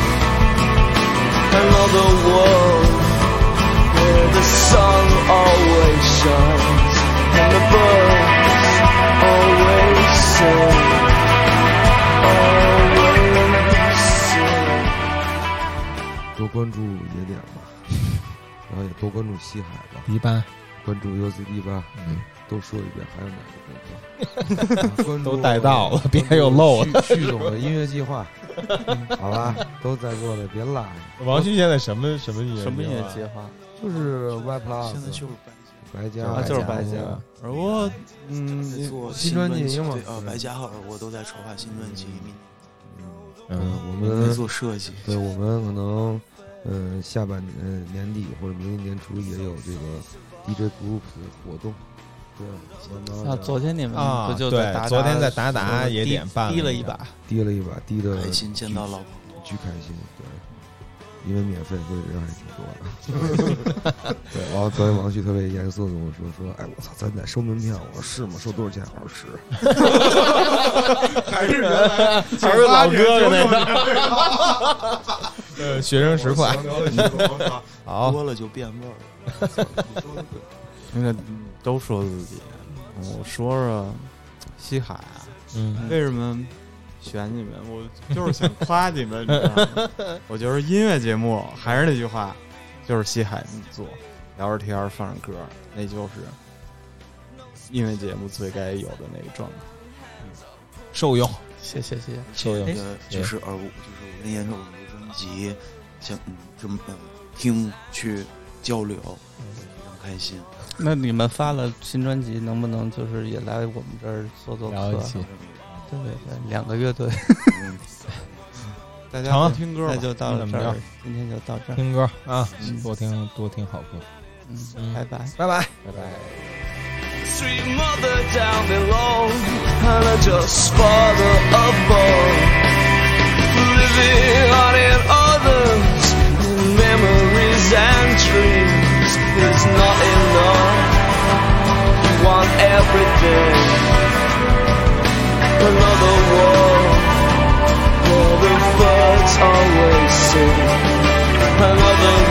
Another world where the sun always shines and the birds always sing, always sing. 多关注野点吧，然后也多关注西海吧。 迪吧， 关注 UCD 吧。都说一遍，还有哪个功课？关注都带到了，别又漏了。 旭总的音乐计划，好吧，都在座的别落。 王旭现在什么音乐计划？ 就是 Y Plus， 现在就是白家， 就是白家。 而我新专辑嘛， 白家和我都在筹划新专辑。 我们在做设计。 对，我们可能下半年底或者明年年初也有这个 DJ Group 活动。对， 啊，昨天你们不就对，昨天在达达也点办滴了一把， 滴的开心，见到老婆， 巨开心，对。因为免费，所以人还挺多的。对，然后昨天王旭特别严肃的跟我说，哎，我操，咱得收门票。我说是吗？收多少钱？我说是。还是老哥那个。学生10块。好， 多了就变味儿。 那个都说自己，我说说西海啊，为什么选你们？我就是想夸你们，你知道吗？我觉得音乐节目还是那句话， 就是西海那么做，聊着天放着歌，那就是音乐节目最该有的那个状态。 受用， 谢谢。 受用。 就是我跟严总的专辑，想这么听去交流，非常开心。 那你们发了新专辑，能不能就是也来我们这儿做客？ 聊一期。 对，两个乐队。 大家多听歌， 那就到这儿，今天就到这儿。 听歌啊，多听好歌。 拜拜。 Sweet mother down below, and a just father above. Living on in others, in memories and dreams is not enough. You want everything. Another world where the birds always sing. Another